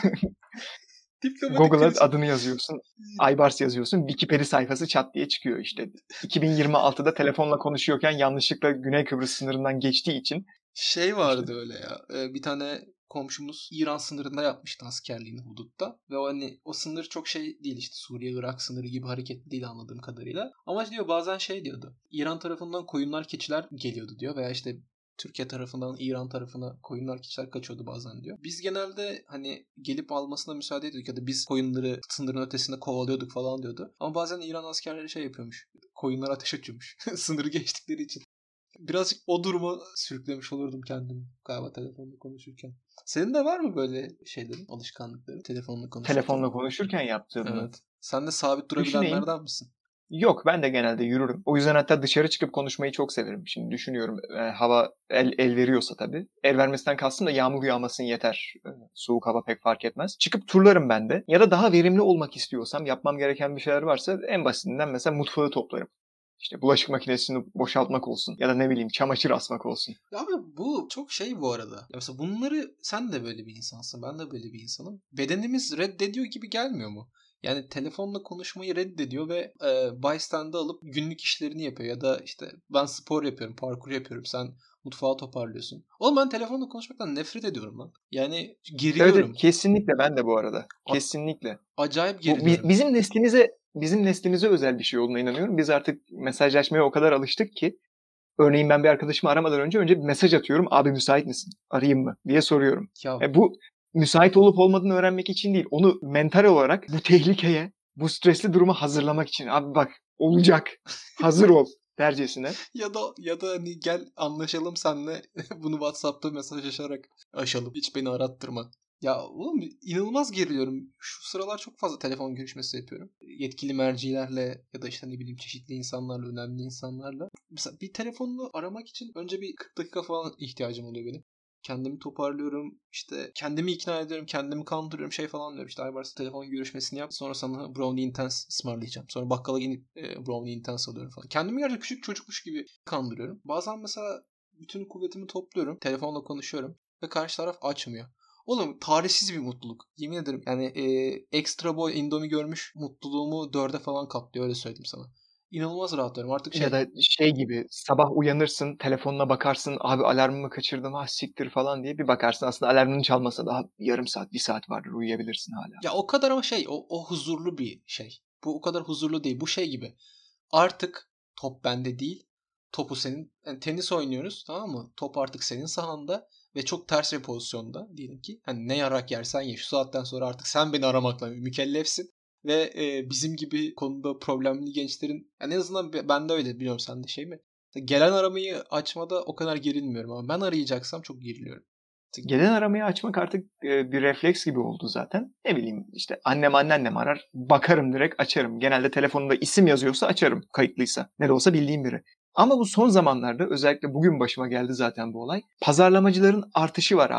Diplomatik Google'a kriz. adını yazıyorsun. Aybars yazıyorsun. Wikipedia sayfası çat diye çıkıyor işte. 2026'da telefonla konuşuyorken yanlışlıkla Güney Kıbrıs sınırından geçtiği için. Vardı öyle ya. Bir tane komşumuz İran sınırında yapmıştı askerliğini, hudutta. Ve o sınır çok değil işte, Suriye-Irak sınırı gibi hareketli değil anladığım kadarıyla. Ama diyor bazen diyordu. İran tarafından koyunlar, keçiler geliyordu diyor. Veya işte Türkiye tarafından İran tarafına koyunlar, keçiler kaçıyordu bazen diyor. Biz genelde hani gelip almasına müsaade ediyorduk ya da biz koyunları sınırın ötesinde kovalıyorduk falan diyordu. Ama bazen İran askerleri yapıyormuş. Koyunlara ateş açıyormuş. Sınırı geçtikleri için. Birazcık o duruma sürüklemiş olurdum kendimi galiba telefonla konuşurken. Senin de var mı böyle şeylerin, alışkanlıkları telefonla konuşurken? Telefonla konuşurken yaptığın mı? Evet. Sen de sabit durabilenlerden misin? Yok, ben de genelde yürürüm. O yüzden hatta dışarı çıkıp konuşmayı çok severim. Şimdi düşünüyorum, hava el veriyorsa tabii. El vermesinden kastım da yağmur yağmasın yeter. Soğuk hava pek fark etmez. Çıkıp turlarım ben de. Ya da daha verimli olmak istiyorsam, yapmam gereken bir şeyler varsa en basitinden mesela mutfağı toplarım. İşte bulaşık makinesini boşaltmak olsun ya da ne bileyim çamaşır asmak olsun. Ya abi bu çok bu arada. Ya mesela bunları, sen de böyle bir insansın, ben de böyle bir insanım. Bedenimiz reddediyor gibi gelmiyor mu? Yani telefonla konuşmayı reddediyor ve bystand'ı alıp günlük işlerini yapıyor. Ya da işte ben spor yapıyorum, parkur yapıyorum, sen mutfağı toparlıyorsun. Oğlum ben telefonla konuşmaktan nefret ediyorum lan. Yani geriliyorum. Evet, kesinlikle ben de bu arada. Kesinlikle. Acayip geriliyorum. Bizim neslimize özel bir şey olduğuna inanıyorum. Biz artık mesajlaşmaya o kadar alıştık ki, örneğin ben bir arkadaşımı aramadan önce bir mesaj atıyorum. Abi müsait misin? Arayayım mı? Diye soruyorum. Ya. Bu müsait olup olmadığını öğrenmek için değil. Onu mental olarak bu tehlikeye, bu stresli duruma hazırlamak için. Abi bak olacak. Hazır ol dercesine. Ya da hani gel anlaşalım seninle bunu WhatsApp'ta mesajlaşarak aşalım. Hiç beni arattırma. Ya oğlum inanılmaz geriliyorum. Şu sıralar çok fazla telefon görüşmesi yapıyorum. Yetkili mercilerle ya da işte ne bileyim çeşitli insanlarla, önemli insanlarla. Mesela bir telefonla aramak için önce bir 40 dakika falan ihtiyacım oluyor benim. Kendimi toparlıyorum. İşte kendimi ikna ediyorum. Kendimi kandırıyorum. Falan diyorum. İşte Aybars'la telefon görüşmesini yap. Sonra sana Brownie Intense ısmarlayacağım. Sonra bakkala gidip Brownie Intense alıyorum falan. Kendimi gerçekten küçük çocukmuş gibi kandırıyorum. Bazen mesela bütün kuvvetimi topluyorum. Telefonla konuşuyorum. Ve karşı taraf açmıyor. Oğlum tarihsiz bir mutluluk. Yemin ederim. Yani ekstra boy Indomie görmüş mutluluğumu 4'e falan katlıyor. Öyle söyleyeyim sana. İnanılmaz rahatlıyorum. Artık Ya da gibi sabah uyanırsın, telefonuna bakarsın, abi alarmımı kaçırdım, ha siktir falan diye bir bakarsın. Aslında alarmının çalmasa daha yarım saat, bir saat vardır, uyuyabilirsin hala. Ya o kadar ama o huzurlu bir şey. Bu o kadar huzurlu değil. Bu gibi. Artık top bende değil. Topu senin, yani tenis oynuyoruz, tamam mı? Top artık senin sahanda ve çok ters bir pozisyonda diyelim ki. Hani ne yarak yersen ye. Şu saatten sonra artık sen beni aramakla mükellefsin. Ve bizim gibi konuda problemli gençlerin, yani en azından ben de öyle, biliyorum sen de mi? Gelen aramayı açmada o kadar gerilmiyorum ama ben arayacaksam çok geriliyorum. Gelen aramayı açmak artık bir refleks gibi oldu zaten. Ne bileyim işte anneannem arar, bakarım direkt açarım. Genelde telefonunda isim yazıyorsa açarım, kayıtlıysa. Ne de olsa bildiğim biri. Ama bu son zamanlarda, özellikle bugün başıma geldi zaten bu olay. Pazarlamacıların artışı var abi.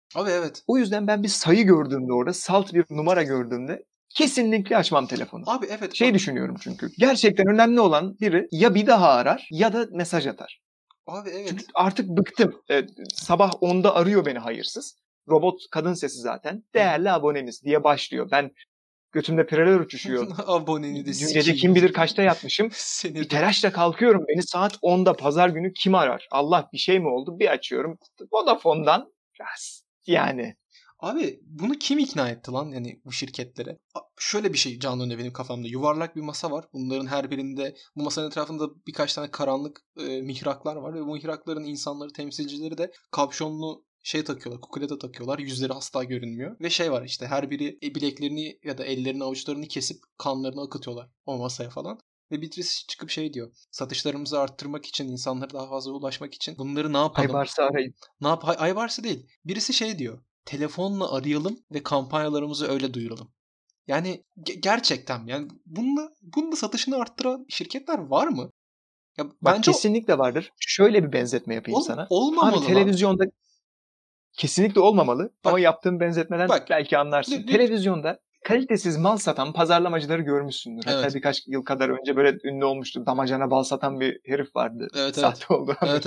Abi evet. O yüzden ben bir sayı gördüğümde orada, salt bir numara gördüğümde kesinlikle açmam telefonu. Abi evet. Şey düşünüyorum çünkü. Gerçekten önemli olan biri ya bir daha arar ya da mesaj atar. Abi evet. Çünkü artık bıktım. Sabah 10'da arıyor beni hayırsız. Robot kadın sesi zaten. Değerli abonemiz diye başlıyor. Ben götümde pireler uçuşuyor. Aboneni de Dün sikeyim. gece kim bilir kaçta yatmışım. Seni Bir de. telaşla kalkıyorum. Beni saat 10'da pazar günü kim arar? Allah bir şey mi oldu? Bir açıyorum. Vodafone'dan yani. Abi bunu kim ikna etti lan yani bu şirketlere? Şöyle bir şey canlanıyor benim kafamda. Yuvarlak bir masa var. Bunların her birinde bu masanın etrafında birkaç tane karanlık mihraklar var ve bu mihrakların insanları, temsilcileri de kapşonlu şey takıyorlar, kukuleta takıyorlar. Yüzleri asla görünmüyor. Ve şey var işte her biri bileklerini ya da ellerini, avuçlarını kesip kanlarını akıtıyorlar o masaya falan. Ve birisi çıkıp şey diyor. Satışlarımızı arttırmak için, insanlara daha fazla ulaşmak için bunları ne yapalım? Aybars'ı arayın. Aybars'ı değil. Birisi şey diyor. Telefonla arayalım ve kampanyalarımızı öyle duyuralım. Yani gerçekten yani bununla satışını arttıran şirketler var mı? Ya Bak bence kesinlikle vardır. Şöyle bir benzetme yapayım sana. olmamalı Abi televizyonda kesinlikle olmamalı. Bak, ama yaptığım benzetmeden belki anlarsın. Televizyonda kalitesiz mal satan pazarlamacıları görmüşsündür. Hatta Evet. birkaç yıl kadar önce böyle ünlü olmuştu. Damacana bal satan bir herif vardı. Evet, Sahte oldu. Evet.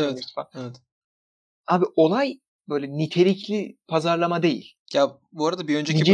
Abi olay böyle nitelikli pazarlama değil. Ya bu arada bir önceki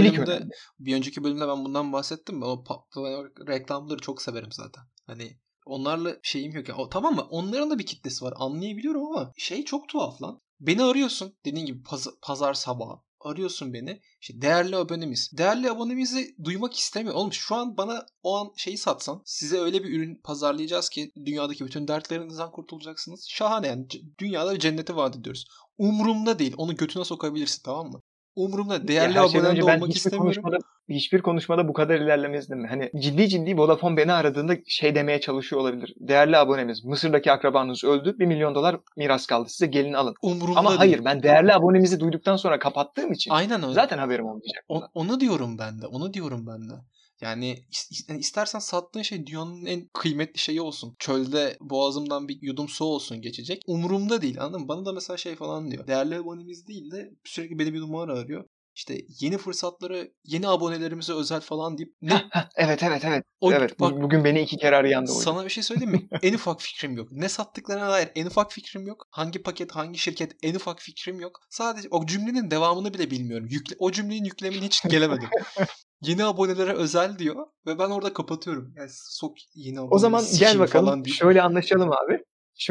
bölümde ben bundan bahsettim. Ben o reklamları çok severim zaten. Hani onlarla şeyim yok. Ya. Tamam mı? Onların da bir kitlesi var. Anlayabiliyorum ama şey çok tuhaf lan. Beni arıyorsun. Dediğin gibi pazar sabahı. Arıyorsun beni. İşte değerli abonemiz. Değerli abonemizi duymak istemiyor. Oğlum şu an bana o an şeyi satsan. Size öyle bir ürün pazarlayacağız ki dünyadaki bütün dertlerinizden kurtulacaksınız. Şahane yani. Dünyada bir cenneti vaat ediyoruz. Umurumda değil. Onu götüne sokabilirsin, tamam mı? Umurumda. Değerli abonem de olmak istemiyorum. Hiçbir konuşmada bu kadar ilerlemezdim. Hani ciddi Vodafone beni aradığında şey demeye çalışıyor olabilir. Değerli abonemiz, Mısır'daki akrabanız öldü. $1 milyon miras kaldı. Size gelin alın. Umurumda ama değil. Hayır, ben değerli abonemizi duyduktan sonra kapattığım için aynen öyle. Zaten haberim olmayacak. Onu diyorum ben de. Yani istersen sattığın şey dünyanın en kıymetli şeyi olsun. Çölde boğazımdan bir yudum su olsun geçecek. Umurumda değil, anladın mı? Bana da mesela şey falan diyor. Değerli abonemiz değil de sürekli beni bir numara arıyor. İşte yeni fırsatları, yeni abonelerimize özel falan deyip Evet. Evet. Bak, bugün beni 2 kere arayan da oydu. Sana bir şey söyleyeyim mi? En ufak fikrim yok. Ne sattıklarına dair en ufak fikrim yok. Hangi paket, hangi şirket, en ufak fikrim yok. Sadece o cümlenin devamını bile bilmiyorum. O cümlenin yüklemine hiç gelemedim. Yeni abonelere özel diyor ve ben orada kapatıyorum. Yani sok yeni abone. O zaman gel bakalım falan şöyle anlaşalım abi.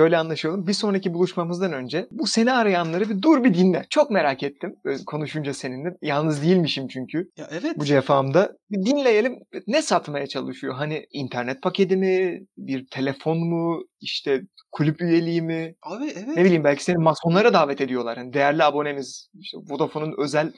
Bir sonraki buluşmamızdan önce bu seni arayanları bir dur bir dinle. Çok merak ettim konuşunca seninle. Yalnız değilmişim çünkü. Ya evet. Bu cefamda. Bir dinleyelim. Ne satmaya çalışıyor? Hani internet paketi mi? Bir telefon mu? İşte kulüp üyeliği mi? Abi evet. Ne bileyim, belki seni masonlara davet ediyorlar. Yani değerli abonemiz. İşte Vodafone'un özel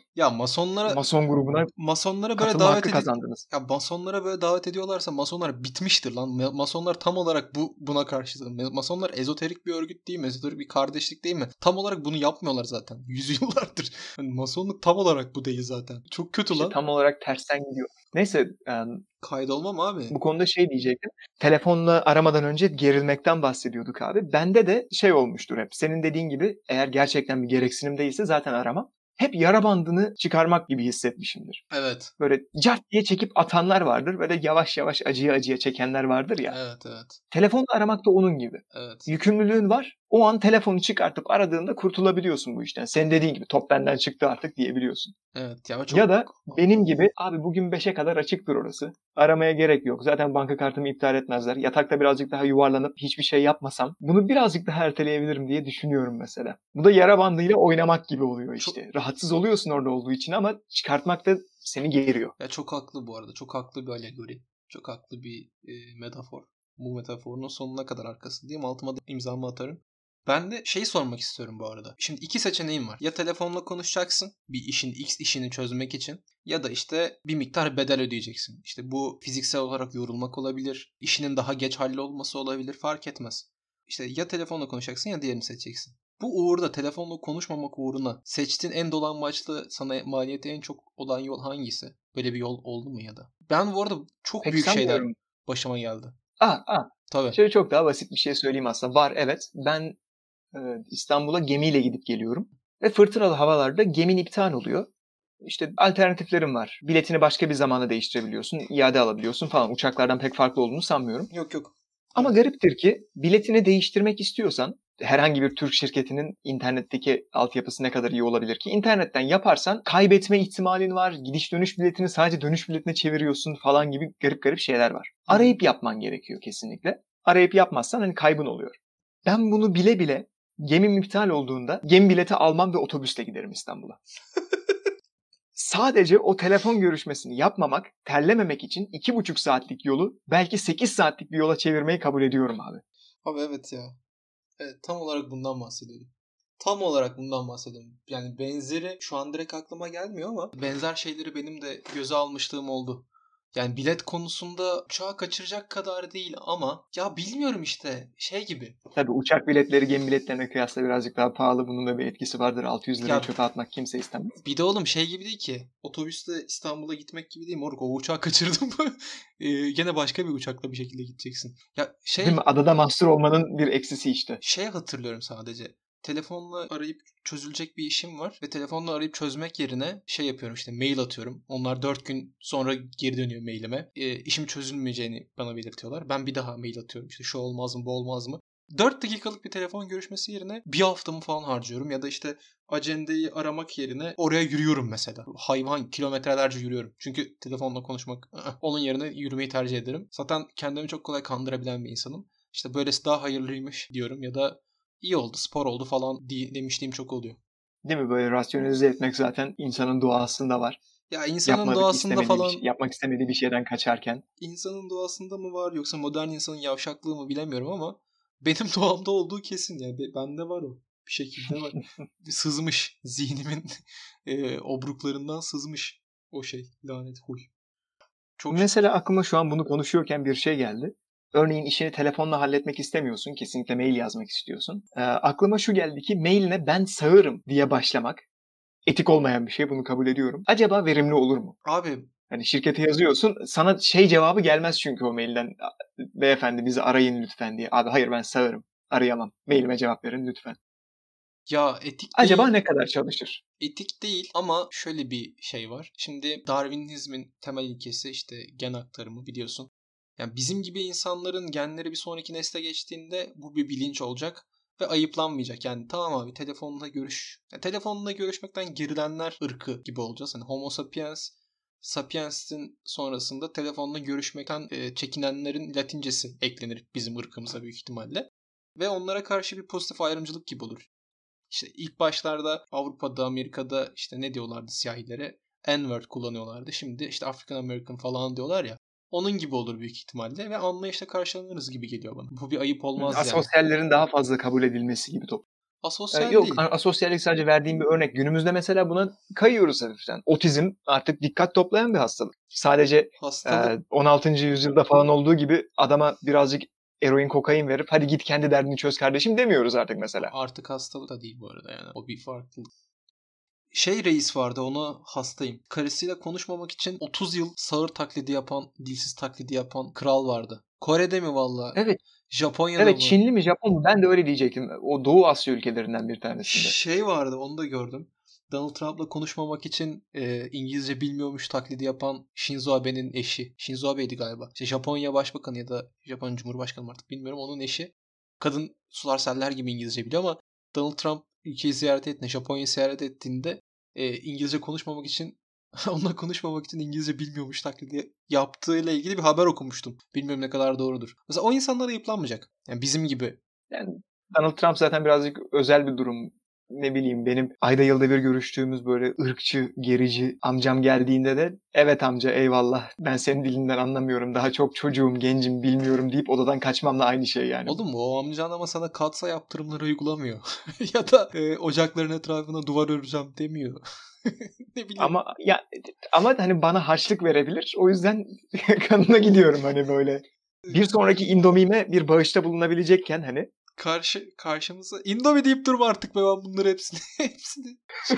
mason grubuna böyle davet kazandınız. Ya masonlara böyle davet ediyorlarsa masonlar bitmiştir lan. Masonlar tam olarak buna karşıdır. Masonlar ezoterik bir örgüt değil mi? Ezoterik bir kardeşlik değil mi? Tam olarak bunu yapmıyorlar zaten. Yüzyıllardır. Yani masonluk tam olarak bu değil zaten. Çok kötü lan. Tam olarak tersten gidiyor. Neyse. Kaydolmam abi. Bu konuda şey diyecektim. Telefonla aramadan önce gerilmekten bahsediyorduk abi. Bende de şey olmuştur hep. Senin dediğin gibi eğer gerçekten bir gereksinim değilse zaten aramam. Hep yara bandını çıkarmak gibi hissetmişimdir. Evet. Böyle cart diye çekip atanlar vardır. Böyle yavaş yavaş acıya çekenler vardır ya. Evet. Telefonla aramak da onun gibi. Evet. Yükümlülüğün var. O an telefonu çıkartıp aradığında kurtulabiliyorsun bu işten. Senin dediğin gibi top benden çıktı artık diyebiliyorsun. Evet. Ya da benim gibi abi bugün 5'e kadar açıktır orası. Aramaya gerek yok. Zaten banka kartımı iptal etmezler. Yatakta birazcık daha yuvarlanıp hiçbir şey yapmasam bunu birazcık daha erteleyebilirim diye düşünüyorum mesela. Bu da yara bandıyla oynamak gibi oluyor işte. Rahatsız oluyorsun orada olduğu için ama çıkartmak da seni geriyor. Ya çok haklı bu arada. Çok haklı bir alegori. Çok haklı bir metafor. Bu metaforun sonuna kadar arkasındayım. Altıma da imzamı atarım. Ben de şey sormak istiyorum bu arada. Şimdi iki seçeneğim var. Ya telefonla konuşacaksın bir işin X işini çözmek için ya da işte bir miktar bedel ödeyeceksin. İşte bu fiziksel olarak yorulmak olabilir. İşinin daha geç hallolması olabilir. Fark etmez. İşte ya telefonla konuşacaksın ya diğerini seçeceksin. Bu uğurda telefonla konuşmamak uğruna seçtiğin en dolambaçlı, sana maliyeti en çok olan yol hangisi? Böyle bir yol oldu mu ya da? Ben bu arada çok büyük şeyler başıma geldi. Tabii. Şöyle çok daha basit bir şey söyleyeyim aslında. Var evet. Ben İstanbul'a gemiyle gidip geliyorum. Ve fırtınalı havalarda gemin iptal oluyor. İşte alternatiflerim var. Biletini başka bir zamanda değiştirebiliyorsun, iade alabiliyorsun falan. Uçaklardan pek farklı olduğunu sanmıyorum. Yok. Ama Evet. gariptir ki biletini değiştirmek istiyorsan herhangi bir Türk şirketinin internetteki altyapısı ne kadar iyi olabilir ki? İnternetten yaparsan kaybetme ihtimalin var. Gidiş dönüş biletini sadece dönüş biletine çeviriyorsun falan gibi garip garip şeyler var. Arayıp yapman gerekiyor kesinlikle. Arayıp yapmazsan hani kaybın oluyor. Ben bunu bile bile gemim iptal olduğunda gemi bileti almam ve otobüsle giderim İstanbul'a. Sadece o telefon görüşmesini yapmamak, terlememek için 2,5 saatlik yolu belki 8 saatlik bir yola çevirmeyi kabul ediyorum abi. Abi evet ya. Evet, tam olarak bundan bahsediyorum. Tam olarak bundan bahsediyorum. Yani benzeri şu an direkt aklıma gelmiyor ama benzer şeyleri benim de göze almışlığım oldu. Yani bilet konusunda uçağı kaçıracak kadar değil ama ya bilmiyorum işte şey gibi. Tabii uçak biletleri gemi biletlerine kıyasla birazcık daha pahalı. Bunun da bir etkisi vardır. 600 lirayı Ya çöpe atmak kimse istemez. bir de oğlum şey gibi değil ki. Otobüste İstanbul'a gitmek gibi değil moruk. O uçağı kaçırdın mı? Gene başka bir uçakla bir şekilde gideceksin. Ya Değil mi? Adada mahsur olmanın bir eksisi işte. şey hatırlıyorum sadece. Telefonla arayıp çözülecek bir işim var ve telefonla arayıp çözmek yerine şey yapıyorum işte mail atıyorum. Onlar 4 gün sonra geri dönüyor mailime. İşim çözülmeyeceğini bana belirtiyorlar. Ben bir daha mail atıyorum işte şu olmaz mı bu olmaz mı. 4 dakikalık bir telefon görüşmesi yerine bir haftamı falan harcıyorum. Ya da işte acendeyi aramak yerine oraya yürüyorum mesela. Hayvan kilometrelerce yürüyorum. Çünkü telefonla konuşmak onun yerine yürümeyi tercih ederim. Zaten kendimi çok kolay kandırabilen bir insanım. İşte böylesi daha hayırlıymış diyorum ya da iyi oldu, spor oldu falan demişliğim çok oluyor. Değil mi? Böyle rasyonelize etmek zaten insanın doğasında var. Ya insanın doğasında falan Yapmak istemediği bir şeyden kaçarken. insanın doğasında mı var yoksa modern insanın yavşaklığı mı bilemiyorum ama benim doğamda olduğu kesin yani bende var o. Bir şekilde var. Sızmış zihnimin obruklarından sızmış o şey lanet huy. Çok Mesela aklıma şu an bunu konuşuyorken bir şey geldi. Örneğin işini telefonla halletmek istemiyorsun. Kesinlikle mail yazmak istiyorsun. Aklıma şu geldi ki mailine ben sağırım diye başlamak etik olmayan bir şey. Bunu kabul ediyorum. Acaba verimli olur mu? abi Hani şirkete yazıyorsun. Sana şey cevabı gelmez çünkü o mailden. Beyefendi bizi arayın lütfen diye. Abi hayır ben sağırım. Arayamam. Mailime cevap verin lütfen. ya etik Acaba değil. ne kadar çalışır? Etik değil ama şöyle bir şey var. Şimdi Darwinizmin temel ilkesi işte gen aktarımı biliyorsun. Yani bizim gibi insanların genleri bir sonraki nesle geçtiğinde bu bir bilinç olacak ve ayıplanmayacak. Yani tamam abi telefonla görüş. Yani telefonla görüşmekten gerilenler ırkı gibi olacağız. Hani Homo sapiens'in sonrasında telefonla görüşmekten çekinenlerin Latincesi eklenir bizim ırkımıza büyük ihtimalle. Ve onlara karşı bir pozitif ayrımcılık gibi olur. İşte ilk başlarda Avrupa'da, Amerika'da işte ne diyorlardı siyahilere? N-word kullanıyorlardı. Şimdi işte African American falan diyorlar ya. Onun gibi olur büyük ihtimalle ve anlayışla karşılanırız gibi geliyor bana. Bu bir ayıp olmaz yani. Asosyallerin daha fazla kabul edilmesi gibi top. Asosyal Yok değil. asosyallik sadece verdiğim bir örnek. Günümüzde mesela buna kayıyoruz hafiften. Otizm artık dikkat toplayan bir hastalık. Sadece Hastalık 16. yüzyılda falan olduğu gibi adama birazcık eroin kokain verip hadi git kendi derdini çöz kardeşim demiyoruz artık mesela. artık hastalık da değil bu arada yani. O bir farklılık. Şey reis vardı ona hastayım. Karısıyla konuşmamak için 30 yıl sağır taklidi yapan, dilsiz taklidi yapan kral vardı. Kore'de mi valla? Evet. Japonya'da Evet mı? Çinli mi Japon mu? Ben de öyle diyecektim. O Doğu Asya ülkelerinden bir tanesinde. Şey vardı onu da gördüm. Donald Trump'la konuşmamak için İngilizce bilmiyormuş taklidi yapan Shinzo Abe'nin eşi. Shinzo Abe'ydi galiba. İşte Japonya Başbakanı ya da Japon Cumhurbaşkanı mı artık bilmiyorum. Onun eşi. Kadın sular seller gibi İngilizce biliyor ama Donald Trump ülkeyi ziyaret ettiğinde, Japonya'yı ziyaret ettiğinde İngilizce konuşmamak için onunla konuşmamak için İngilizce bilmiyormuş taklidi yaptığıyla ilgili bir haber okumuştum. Bilmiyorum ne kadar doğrudur. Mesela o insanlar ayıplanmayacak. Yani bizim gibi. Yani Donald Trump zaten birazcık özel bir durum. Ne bileyim benim ayda yılda bir görüştüğümüz böyle ırkçı, gerici amcam geldiğinde de evet amca eyvallah ben senin dilinden anlamıyorum daha çok çocuğum, gencim bilmiyorum deyip odadan kaçmamla aynı şey yani. Oğlum o amcan ama sana katsa yaptırımları uygulamıyor. Ya da ocakların etrafına duvar öreceğim demiyor. Ne bileyim. Ama hani bana harçlık verebilir. O yüzden kanına gidiyorum hani böyle. Bir sonraki Indomie'me bir bağışta bulunabilecekken hani. Karşımıza Indomie deyip durma artık be ben bunları hepsini hepsini şey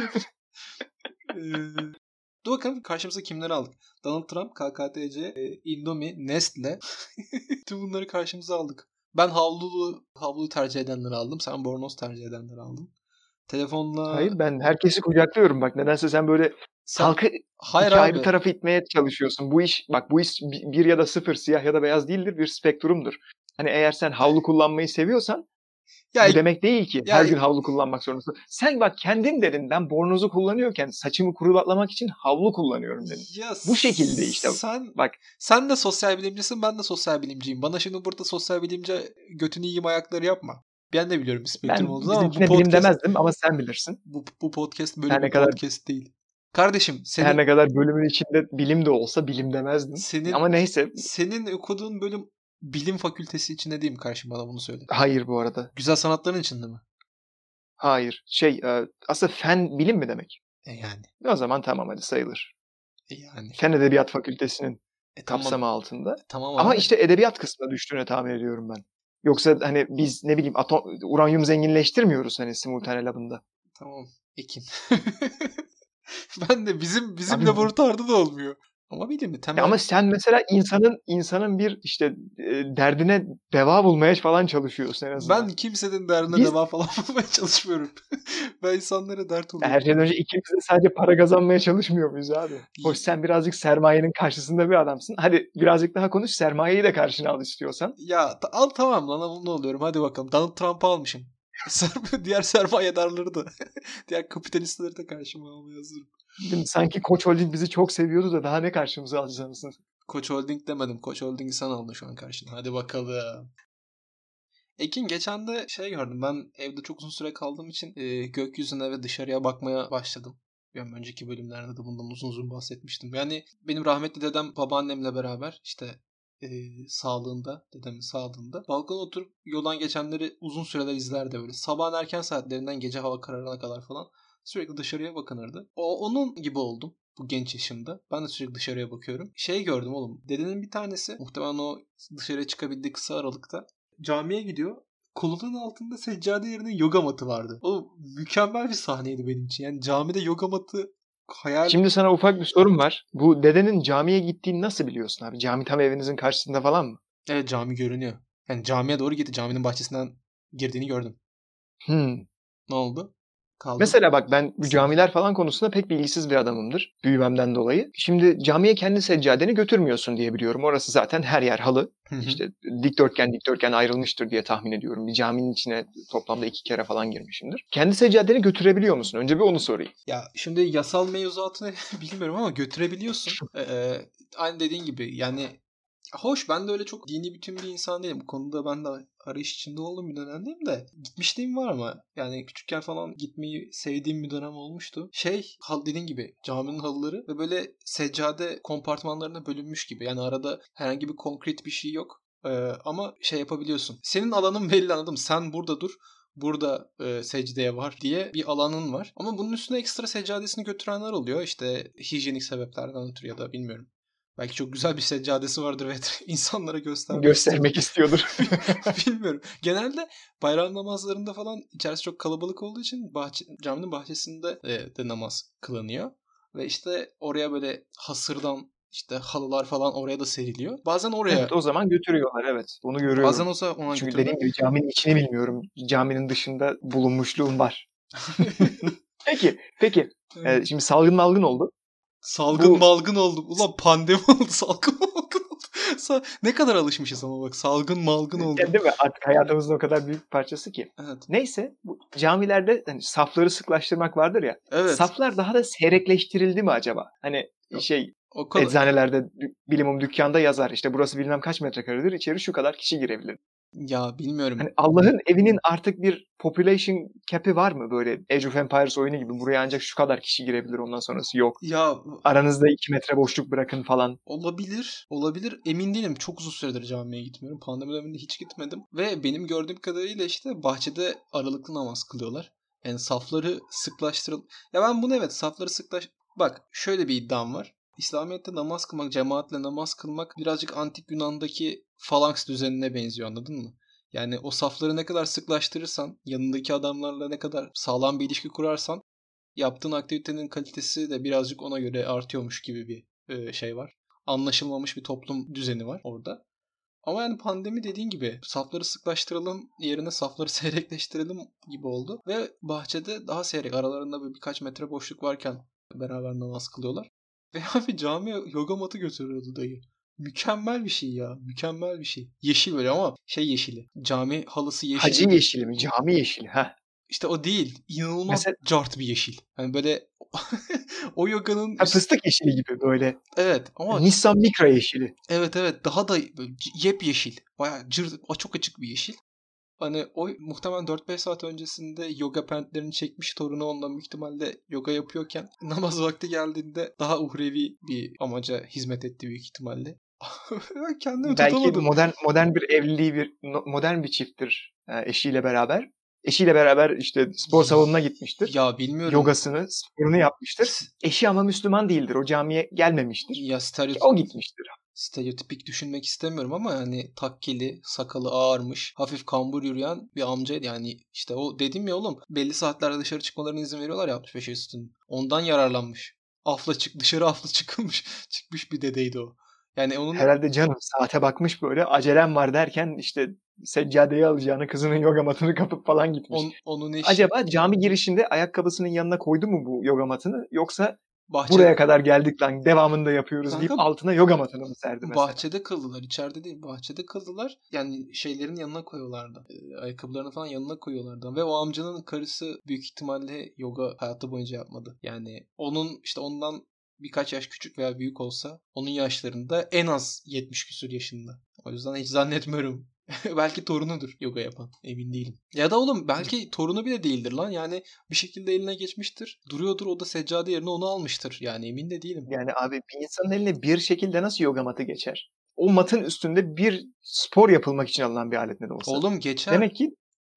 dur bakalım karşımıza kimleri aldık. Donald Trump, KKTC, Indomie, Nestle. Tüm bunları karşımıza aldık. Ben havluyu tercih edenleri aldım. Sen bornoz tercih edenleri aldın. Telefonla... Hayır, ben herkesi kucaklıyorum. Bak nedense sen böyle halkı Hayır iki ayrı abi. tarafa itmeye çalışıyorsun. Bu iş bir ya da sıfır, siyah ya da beyaz değildir, bir spektrumdur. Hani eğer sen havlu kullanmayı seviyorsan Ya, bu demek değil ki ya, her gün havlu kullanmak zorundasın. Sen bak kendin dedin, ben bornozu kullanıyorken saçımı kurulatmak için havlu kullanıyorum dedin. ya Bu şekilde işte. Bak sen de sosyal bilimcisin, ben de sosyal bilimciyim. Bana şimdi burada sosyal bilimci götünü yiyeyim ayakları yapma. Ben de biliyorum bir spektrum ben olduğunu ama bu bizimkine bilim podcast demezdim ama sen bilirsin. bu podcast böyle Her ne bir kadar podcast değil. Kardeşim her ne kadar bölümün içinde bilim de olsa bilim demezdim. Ama neyse. Senin okuduğun bölüm bilim fakültesi içinde değil mi kardeşim, bana bunu söyle. Hayır bu arada. Güzel sanatların içinde mi? Hayır. Aslında fen bilim mi demek? Yani. O zaman tamam, hadi sayılır. Yani. Fen Edebiyat Fakültesinin Tamam. kapsamı altında. Tamam Ama abi. işte edebiyat kısmına düştüğüne tahmin ediyorum ben. Yoksa hani biz ne bileyim uranyum zenginleştirmiyoruz hani simultane labında. Tamam. Ekin. Ben de bizim Abi, laboratuvarda da olmuyor. Ama bilimi temel. ama sen mesela insanın bir işte derdine deva bulmaya falan çalışıyorsun en azından. Ben kimsenin derdine deva falan bulmaya çalışmıyorum. Ben insanlara dert oluyorum. Her şeyden önce ikimiz de sadece para kazanmaya çalışmıyor muyuz abi? Hoş, sen birazcık sermayenin karşısında bir adamsın. Hadi birazcık daha konuş, sermayeyi de karşına al istiyorsan. Ya al tamam lan, ne oluyorum, hadi bakalım. Donald Trump'ı almışım. Diğer sermayedarları da diğer kapitalistleri de karşıma almaya hazırım. Sanki Koç Holding bizi çok seviyordu da daha ne karşımıza alacaksın? Koç Holding demedim. Koç Holding'i sen aldın şu an karşına. Hadi bakalım. Ekin, geçen de gördüm. Ben evde çok uzun süre kaldığım için gökyüzüne ve dışarıya bakmaya başladım. Yani önceki bölümlerde de bundan uzun uzun bahsetmiştim. Yani benim rahmetli dedem babaannemle beraber işte dedemin sağlığında balkona oturup yoldan geçenleri uzun süreler izlerdi böyle. Sabahın erken saatlerinden gece hava kararına kadar falan sürekli dışarıya bakınırdı. Onun gibi oldum bu genç yaşımda. Ben de sürekli dışarıya bakıyorum. Gördüm oğlum. Dedenin bir tanesi muhtemelen o dışarıya çıkabildiği kısa aralıkta camiye gidiyor. Kolunun altında seccade yerine yoga matı vardı. O mükemmel bir sahneydi benim için. Yani camide yoga matı hayal... Şimdi sana ufak bir sorum var. Bu dedenin camiye gittiğini nasıl biliyorsun abi? Cami tam evinizin karşısında falan mı? Evet, cami görünüyor. Yani camiye doğru gitti. Caminin bahçesinden girdiğini gördüm. Ne oldu? Kaldım. Mesela bak, ben bu camiler falan konusunda pek bilgisiz bir adamımdır. Büyümemden dolayı. Şimdi camiye kendi seccadeni götürmüyorsun diye biliyorum. Orası zaten her yer halı. İşte dikdörtgen ayrılmıştır diye tahmin ediyorum. Bir caminin içine toplamda 2 kere falan girmişimdir. Kendi seccadeni götürebiliyor musun? Önce bir onu sorayım. Ya şimdi yasal mevzuatını bilmiyorum ama götürebiliyorsun. Aynı dediğin gibi yani hoş, ben de öyle çok dini bütün bir insan değilim. Bu konuda ben de arayış içinde olduğum bir dönemdeyim de. Gitmişliğim var ama yani küçükken falan gitmeyi sevdiğim bir dönem olmuştu. Dediğin gibi caminin halıları ve böyle seccade kompartmanlarına bölünmüş gibi. Yani arada herhangi bir konkret bir şey yok. Ama yapabiliyorsun. Senin alanın belli, anladım. Sen burada dur. Burada secdeye var diye bir alanın var. Ama bunun üstüne ekstra seccadesini götürenler oluyor. İşte hijyenik sebeplerden ötürü ya da bilmiyorum. Belki çok güzel bir seccadesi vardır ve insanlara göstermek istiyordur. Bilmiyorum. Genelde bayram namazlarında falan içerisi çok kalabalık olduğu için caminin bahçesinde de namaz kılınıyor. Ve işte oraya böyle hasırdan işte halılar falan oraya da seriliyor. Bazen oraya... Evet, o zaman götürüyorlar, evet. Onu görüyorum. Bazen ona Çünkü götürüyorlar. dediğim gibi caminin içini bilmiyorum. Caminin dışında bulunmuşluğum var. Peki. Şimdi salgın oldu. Malgın oldu. Ulan pandemi oldu. Salgın malgın oldu. Ne kadar alışmışız ama bak, salgın malgın oldu. Değil mi? Artık hayatımızın o kadar büyük bir parçası ki. Evet. Neyse, bu camilerde hani safları sıklaştırmak vardır ya. Evet. Saflar daha da seyrekleştirildi mi acaba? Hani eczanelerde bilimum dükkanda yazar. İşte burası bilmem kaç metrekaredir. İçeri şu kadar kişi girebilir. Ya bilmiyorum. Hani Allah'ın evinin artık bir population cap'i var mı? Böyle Age of Empires oyunu gibi. Buraya ancak şu kadar kişi girebilir. Ondan sonrası yok. Ya aranızda 2 metre boşluk bırakın falan. Olabilir. Emin değilim. Çok uzun süredir camiye gitmiyorum. Pandemi döneminde hiç gitmedim. Ve benim gördüğüm kadarıyla işte bahçede aralıklı namaz kılıyorlar. Yani safları Ya ben bunu safları Bak, şöyle bir iddiam var. İslamiyet'te namaz kılmak, cemaatle namaz kılmak birazcık antik Yunan'daki falanks düzenine benziyor, anladın mı? Yani o safları ne kadar sıklaştırırsan, yanındaki adamlarla ne kadar sağlam bir ilişki kurarsan, yaptığın aktivitenin kalitesi de birazcık ona göre artıyormuş gibi bir var. Anlaşılmamış bir toplum düzeni var orada. Ama yani pandemi dediğin gibi safları sıklaştıralım yerine safları seyrekleştirelim gibi oldu. Ve bahçede daha seyrek aralarında böyle birkaç metre boşluk varken beraber namaz kılıyorlar. Ve abi camiye yoga matı götürüyordu dayı. Mükemmel bir şey ya. Mükemmel bir şey. Yeşil böyle ama şey yeşili. Cami halısı yeşil. Hacı yeşili mi? Cami yeşili. Ha. İşte o değil. İnanılmaz Mesela cart bir yeşil. Hani böyle o yoganın fıstık yeşili gibi böyle. evet ama Nissan Micra yeşili. evet daha da böyle yepyeşil. Bayağı çok açık bir yeşil. Hani o muhtemelen 4-5 saat öncesinde yoga pantlerini çekmiş torunu ondan büyük ihtimalle yoga yapıyorken namaz vakti geldiğinde daha uhrevi bir amaca hizmet etti büyük ihtimalle. Ben kendimi Belki tutamadım. modern bir evliliği modern bir çifttir eşiyle beraber. Eşiyle beraber işte spor salonuna gitmiştir. Ya bilmiyorum. Yogasını, sporunu yapmıştır. Eşi ama Müslüman değildir. O camiye gelmemiştir. Ya O gitmiştir. stereotipik düşünmek istemiyorum ama yani takkeli, sakalı ağarmış, hafif kambur yürüyen bir amcaydı. Yani işte o dedim ya oğlum belli saatlerde dışarı çıkmalarına izin veriyorlar ya 65 yaş üstünün. Ondan yararlanmış. Dışarı afla çıkmış bir dedeydi o. Yani onun Herhalde canım saate bakmış böyle acelem var derken işte seccadeyi alacağını kızının yoga matını kapıp falan gitmiş. onun eşi Acaba cami girişinde ayakkabısının yanına koydu mu bu yoga matını yoksa bahçe buraya kadar geldik lan devamını da yapıyoruz Kanka, deyip altına yoga matını mı serdi mesela? bahçede kıldılar. İçeride değil. Bahçede kıldılar. Yani şeylerin yanına koyuyorlardı. Ayakkabılarını falan yanına koyuyorlardı. Ve o amcanın karısı büyük ihtimalle yoga hayatı boyunca yapmadı. Yani onun işte ondan birkaç yaş küçük veya büyük olsa onun yaşlarında en az 70 küsur yaşında. O yüzden hiç zannetmiyorum. Belki torunudur yoga yapan. Emin değilim. Ya da oğlum belki torunu bile değildir lan. Yani bir şekilde eline geçmiştir. Duruyordur o da seccade yerine onu almıştır. Yani emin de değilim. Yani abi bir insanın eline bir şekilde nasıl yoga matı geçer? O matın üstünde bir spor yapılmak için alınan bir alet ne de olsa. Oğlum geçer. Demek ki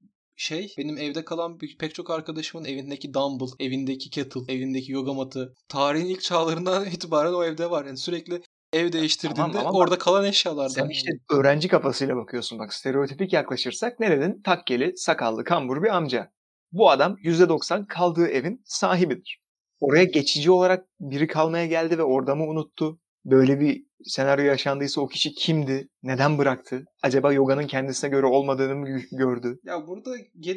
benim evde kalan pek çok arkadaşımın evindeki dumbbell, evindeki kettle, evindeki yoga matı tarihin ilk çağlarından itibaren o evde var. Yani sürekli ev değiştirdiğinde Tamam, ama orada kalan eşyalardan. sen işte öğrenci kafasıyla bakıyorsun. Bak stereotipik yaklaşırsak ne dedin? Takkeli, sakallı, kambur bir amca. Bu adam %90 kaldığı evin sahibidir. Oraya geçici olarak biri kalmaya geldi ve orada mı unuttu? Böyle bir senaryo yaşandıysa o kişi kimdi? Neden bıraktı? Acaba yoganın kendisine göre olmadığını mı gördü? Ya burada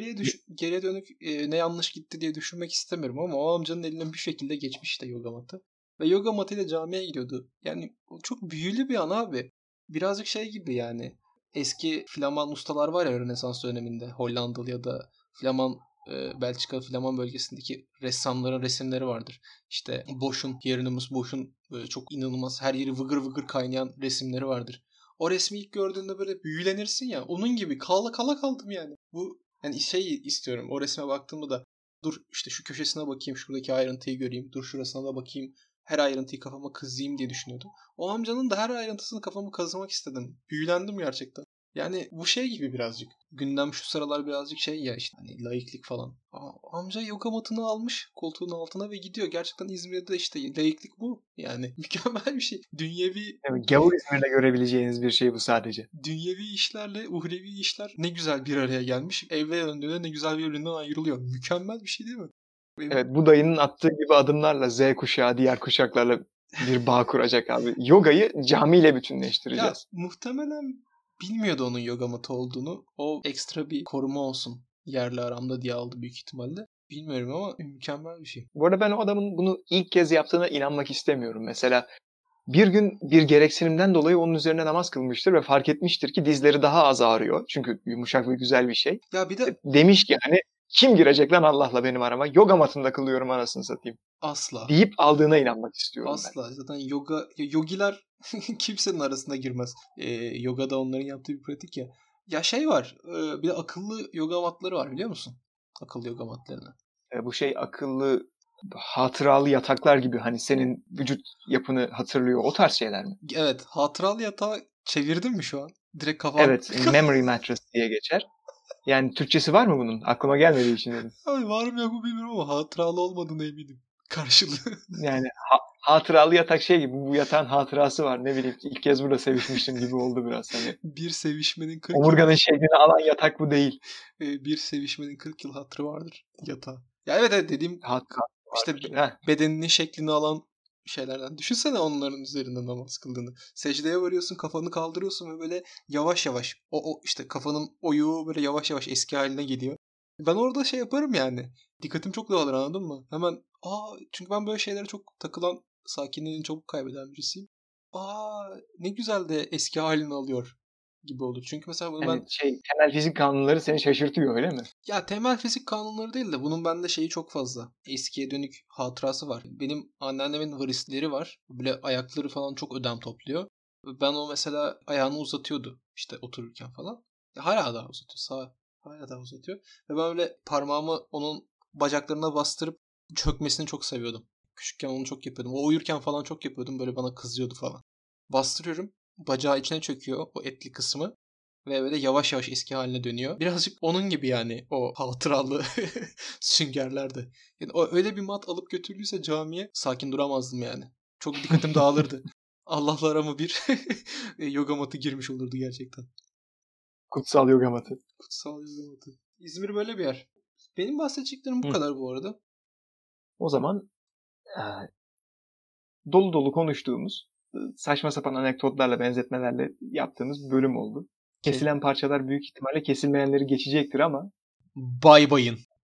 geriye dönük ne yanlış gitti diye düşünmek istemiyorum ama o amcanın elinden bir şekilde geçmiş işte yoga matı. Ve yoga matıyla camiye gidiyordu. Yani çok büyülü bir an abi. Birazcık şey gibi yani. Eski Flaman ustalar var ya Rönesans döneminde. Hollandalı ya da Flaman Belçika Flaman bölgesindeki ressamların resimleri vardır. İşte Hieronymus Bosch'un böyle çok inanılmaz her yeri vıgır vıgır kaynayan resimleri vardır. O resmi ilk gördüğünde böyle büyülenirsin ya. Onun gibi kala kaldım yani. Bu yani şey istiyorum. O resme baktığımda da dur işte şu köşesine bakayım, şuradaki ayrıntıyı göreyim. Dur şurasına da bakayım. Her ayrıntıyı kafama kazıyım diye düşünüyordum. O amcanın da her ayrıntısını kafamı kazımak istedim. Büyülendim gerçekten. Yani bu şey gibi birazcık. Gündem şu sıralar birazcık şey ya işte hani laiklik falan. Amca yoga matını almış koltuğun altına ve gidiyor. Gerçekten İzmir'de işte laiklik bu. Yani mükemmel bir şey. Evet, gavur İzmir'de görebileceğiniz bir şey bu sadece. Dünyevi işlerle uhrevi işler ne güzel bir araya gelmiş. Eve döndüğünde ne güzel birbirinden ayrılıyor. Mükemmel bir şey değil mi? Evet, bu dayının attığı gibi adımlarla Z kuşağı diğer kuşaklarla bir bağ kuracak abi. Yogayı camiyle bütünleştireceğiz. Ya muhtemelen bilmiyordu onun yoga matı olduğunu. O ekstra bir koruma olsun. Yerle aramda diye aldı büyük ihtimalle. Bilmiyorum ama mükemmel bir şey. Bu arada ben o adamın bunu ilk kez yaptığına inanmak istemiyorum. Mesela bir gün bir gereksinimden dolayı onun üzerine namaz kılmıştır ve fark etmiştir ki dizleri daha az ağrıyor. Çünkü yumuşak ve güzel bir şey. Ya bir de demiş ki hani kim girecek lan Allah'la benim arama? Yoga matında kılıyorum anasını satayım. asla. Deyip aldığına inanmak istiyorum asla. Ben. Zaten yogiler kimsenin arasına girmez. Yoga da onların yaptığı bir pratik ya. Ya şey var. Bir de akıllı yoga matları var biliyor musun? Akıllı yoga matlarını. Bu şey akıllı hatıralı yataklar gibi hani senin vücut yapını hatırlıyor. O tarz şeyler mi? Evet. Hatıralı yatağı çevirdin mi şu an? Direkt kafam. Evet. Memory mattress diye geçer. Yani Türkçesi var mı bunun? Aklıma gelmediği için dedim. Ay var mı yok mu bilmiyorum ama hatıralı olmadığına eminim. Karşılığı. Yani hatıralı yatak şey gibi. Bu yatağın hatırası var. Ne bileyim ilk kez burada sevişmiştim gibi oldu biraz. Hani. Bir sevişmenin 40 Omurganın şeklini alan yatak bu değil. bir sevişmenin 40 yıl hatırı vardır yatağı. Ya evet dediğim işte bedeninin şeklini alan şeylerden. Düşünsene onların üzerinde namaz kıldığını. Secdeye varıyorsun, kafanı kaldırıyorsun ve böyle yavaş yavaş o işte kafanın oyuğu böyle yavaş yavaş eski haline geliyor. Ben orada şey yaparım yani. Dikkatim çok dağılır, anladın mı? Hemen çünkü ben böyle şeylere çok takılan, sakinliğini çabuk kaybeden birisiyim. Ne güzel de eski halini alıyor gibi olur. Çünkü mesela bunu Yani temel fizik kanunları seni şaşırtıyor, öyle mi? ya temel fizik kanunları değil de bunun bende şeyi çok fazla. Eskiye dönük hatırası var. Benim anneannemin varisleri var. Böyle ayakları falan çok ödem topluyor. Ben o mesela ayağını uzatıyordu işte otururken falan. Hala daha uzatıyor. Hala daha uzatıyor. Ve ben böyle parmağımı onun bacaklarına bastırıp çökmesini çok seviyordum. Küçükken onu çok yapıyordum. O uyurken falan çok yapıyordum. Böyle bana kızıyordu falan. Bastırıyorum. Bacağı içine çöküyor o etli kısmı. Ve böyle yavaş yavaş eski haline dönüyor. Birazcık onun gibi yani o hatıralı süngerlerde. Yani öyle bir mat alıp götürdüyse camiye sakin duramazdım yani. Çok dikkatim dağılırdı. Allah'la arama bir yoga matı girmiş olurdu gerçekten. Kutsal yoga matı. Kutsal yoga matı. İzmir böyle bir yer. Benim bahsedeceklerim bu kadar bu arada. O zaman dolu dolu konuştuğumuz, saçma sapan anekdotlarla, benzetmelerle yaptığımız bölüm oldu. Kesilen parçalar büyük ihtimalle kesilmeyenleri geçecektir ama Bay bayın.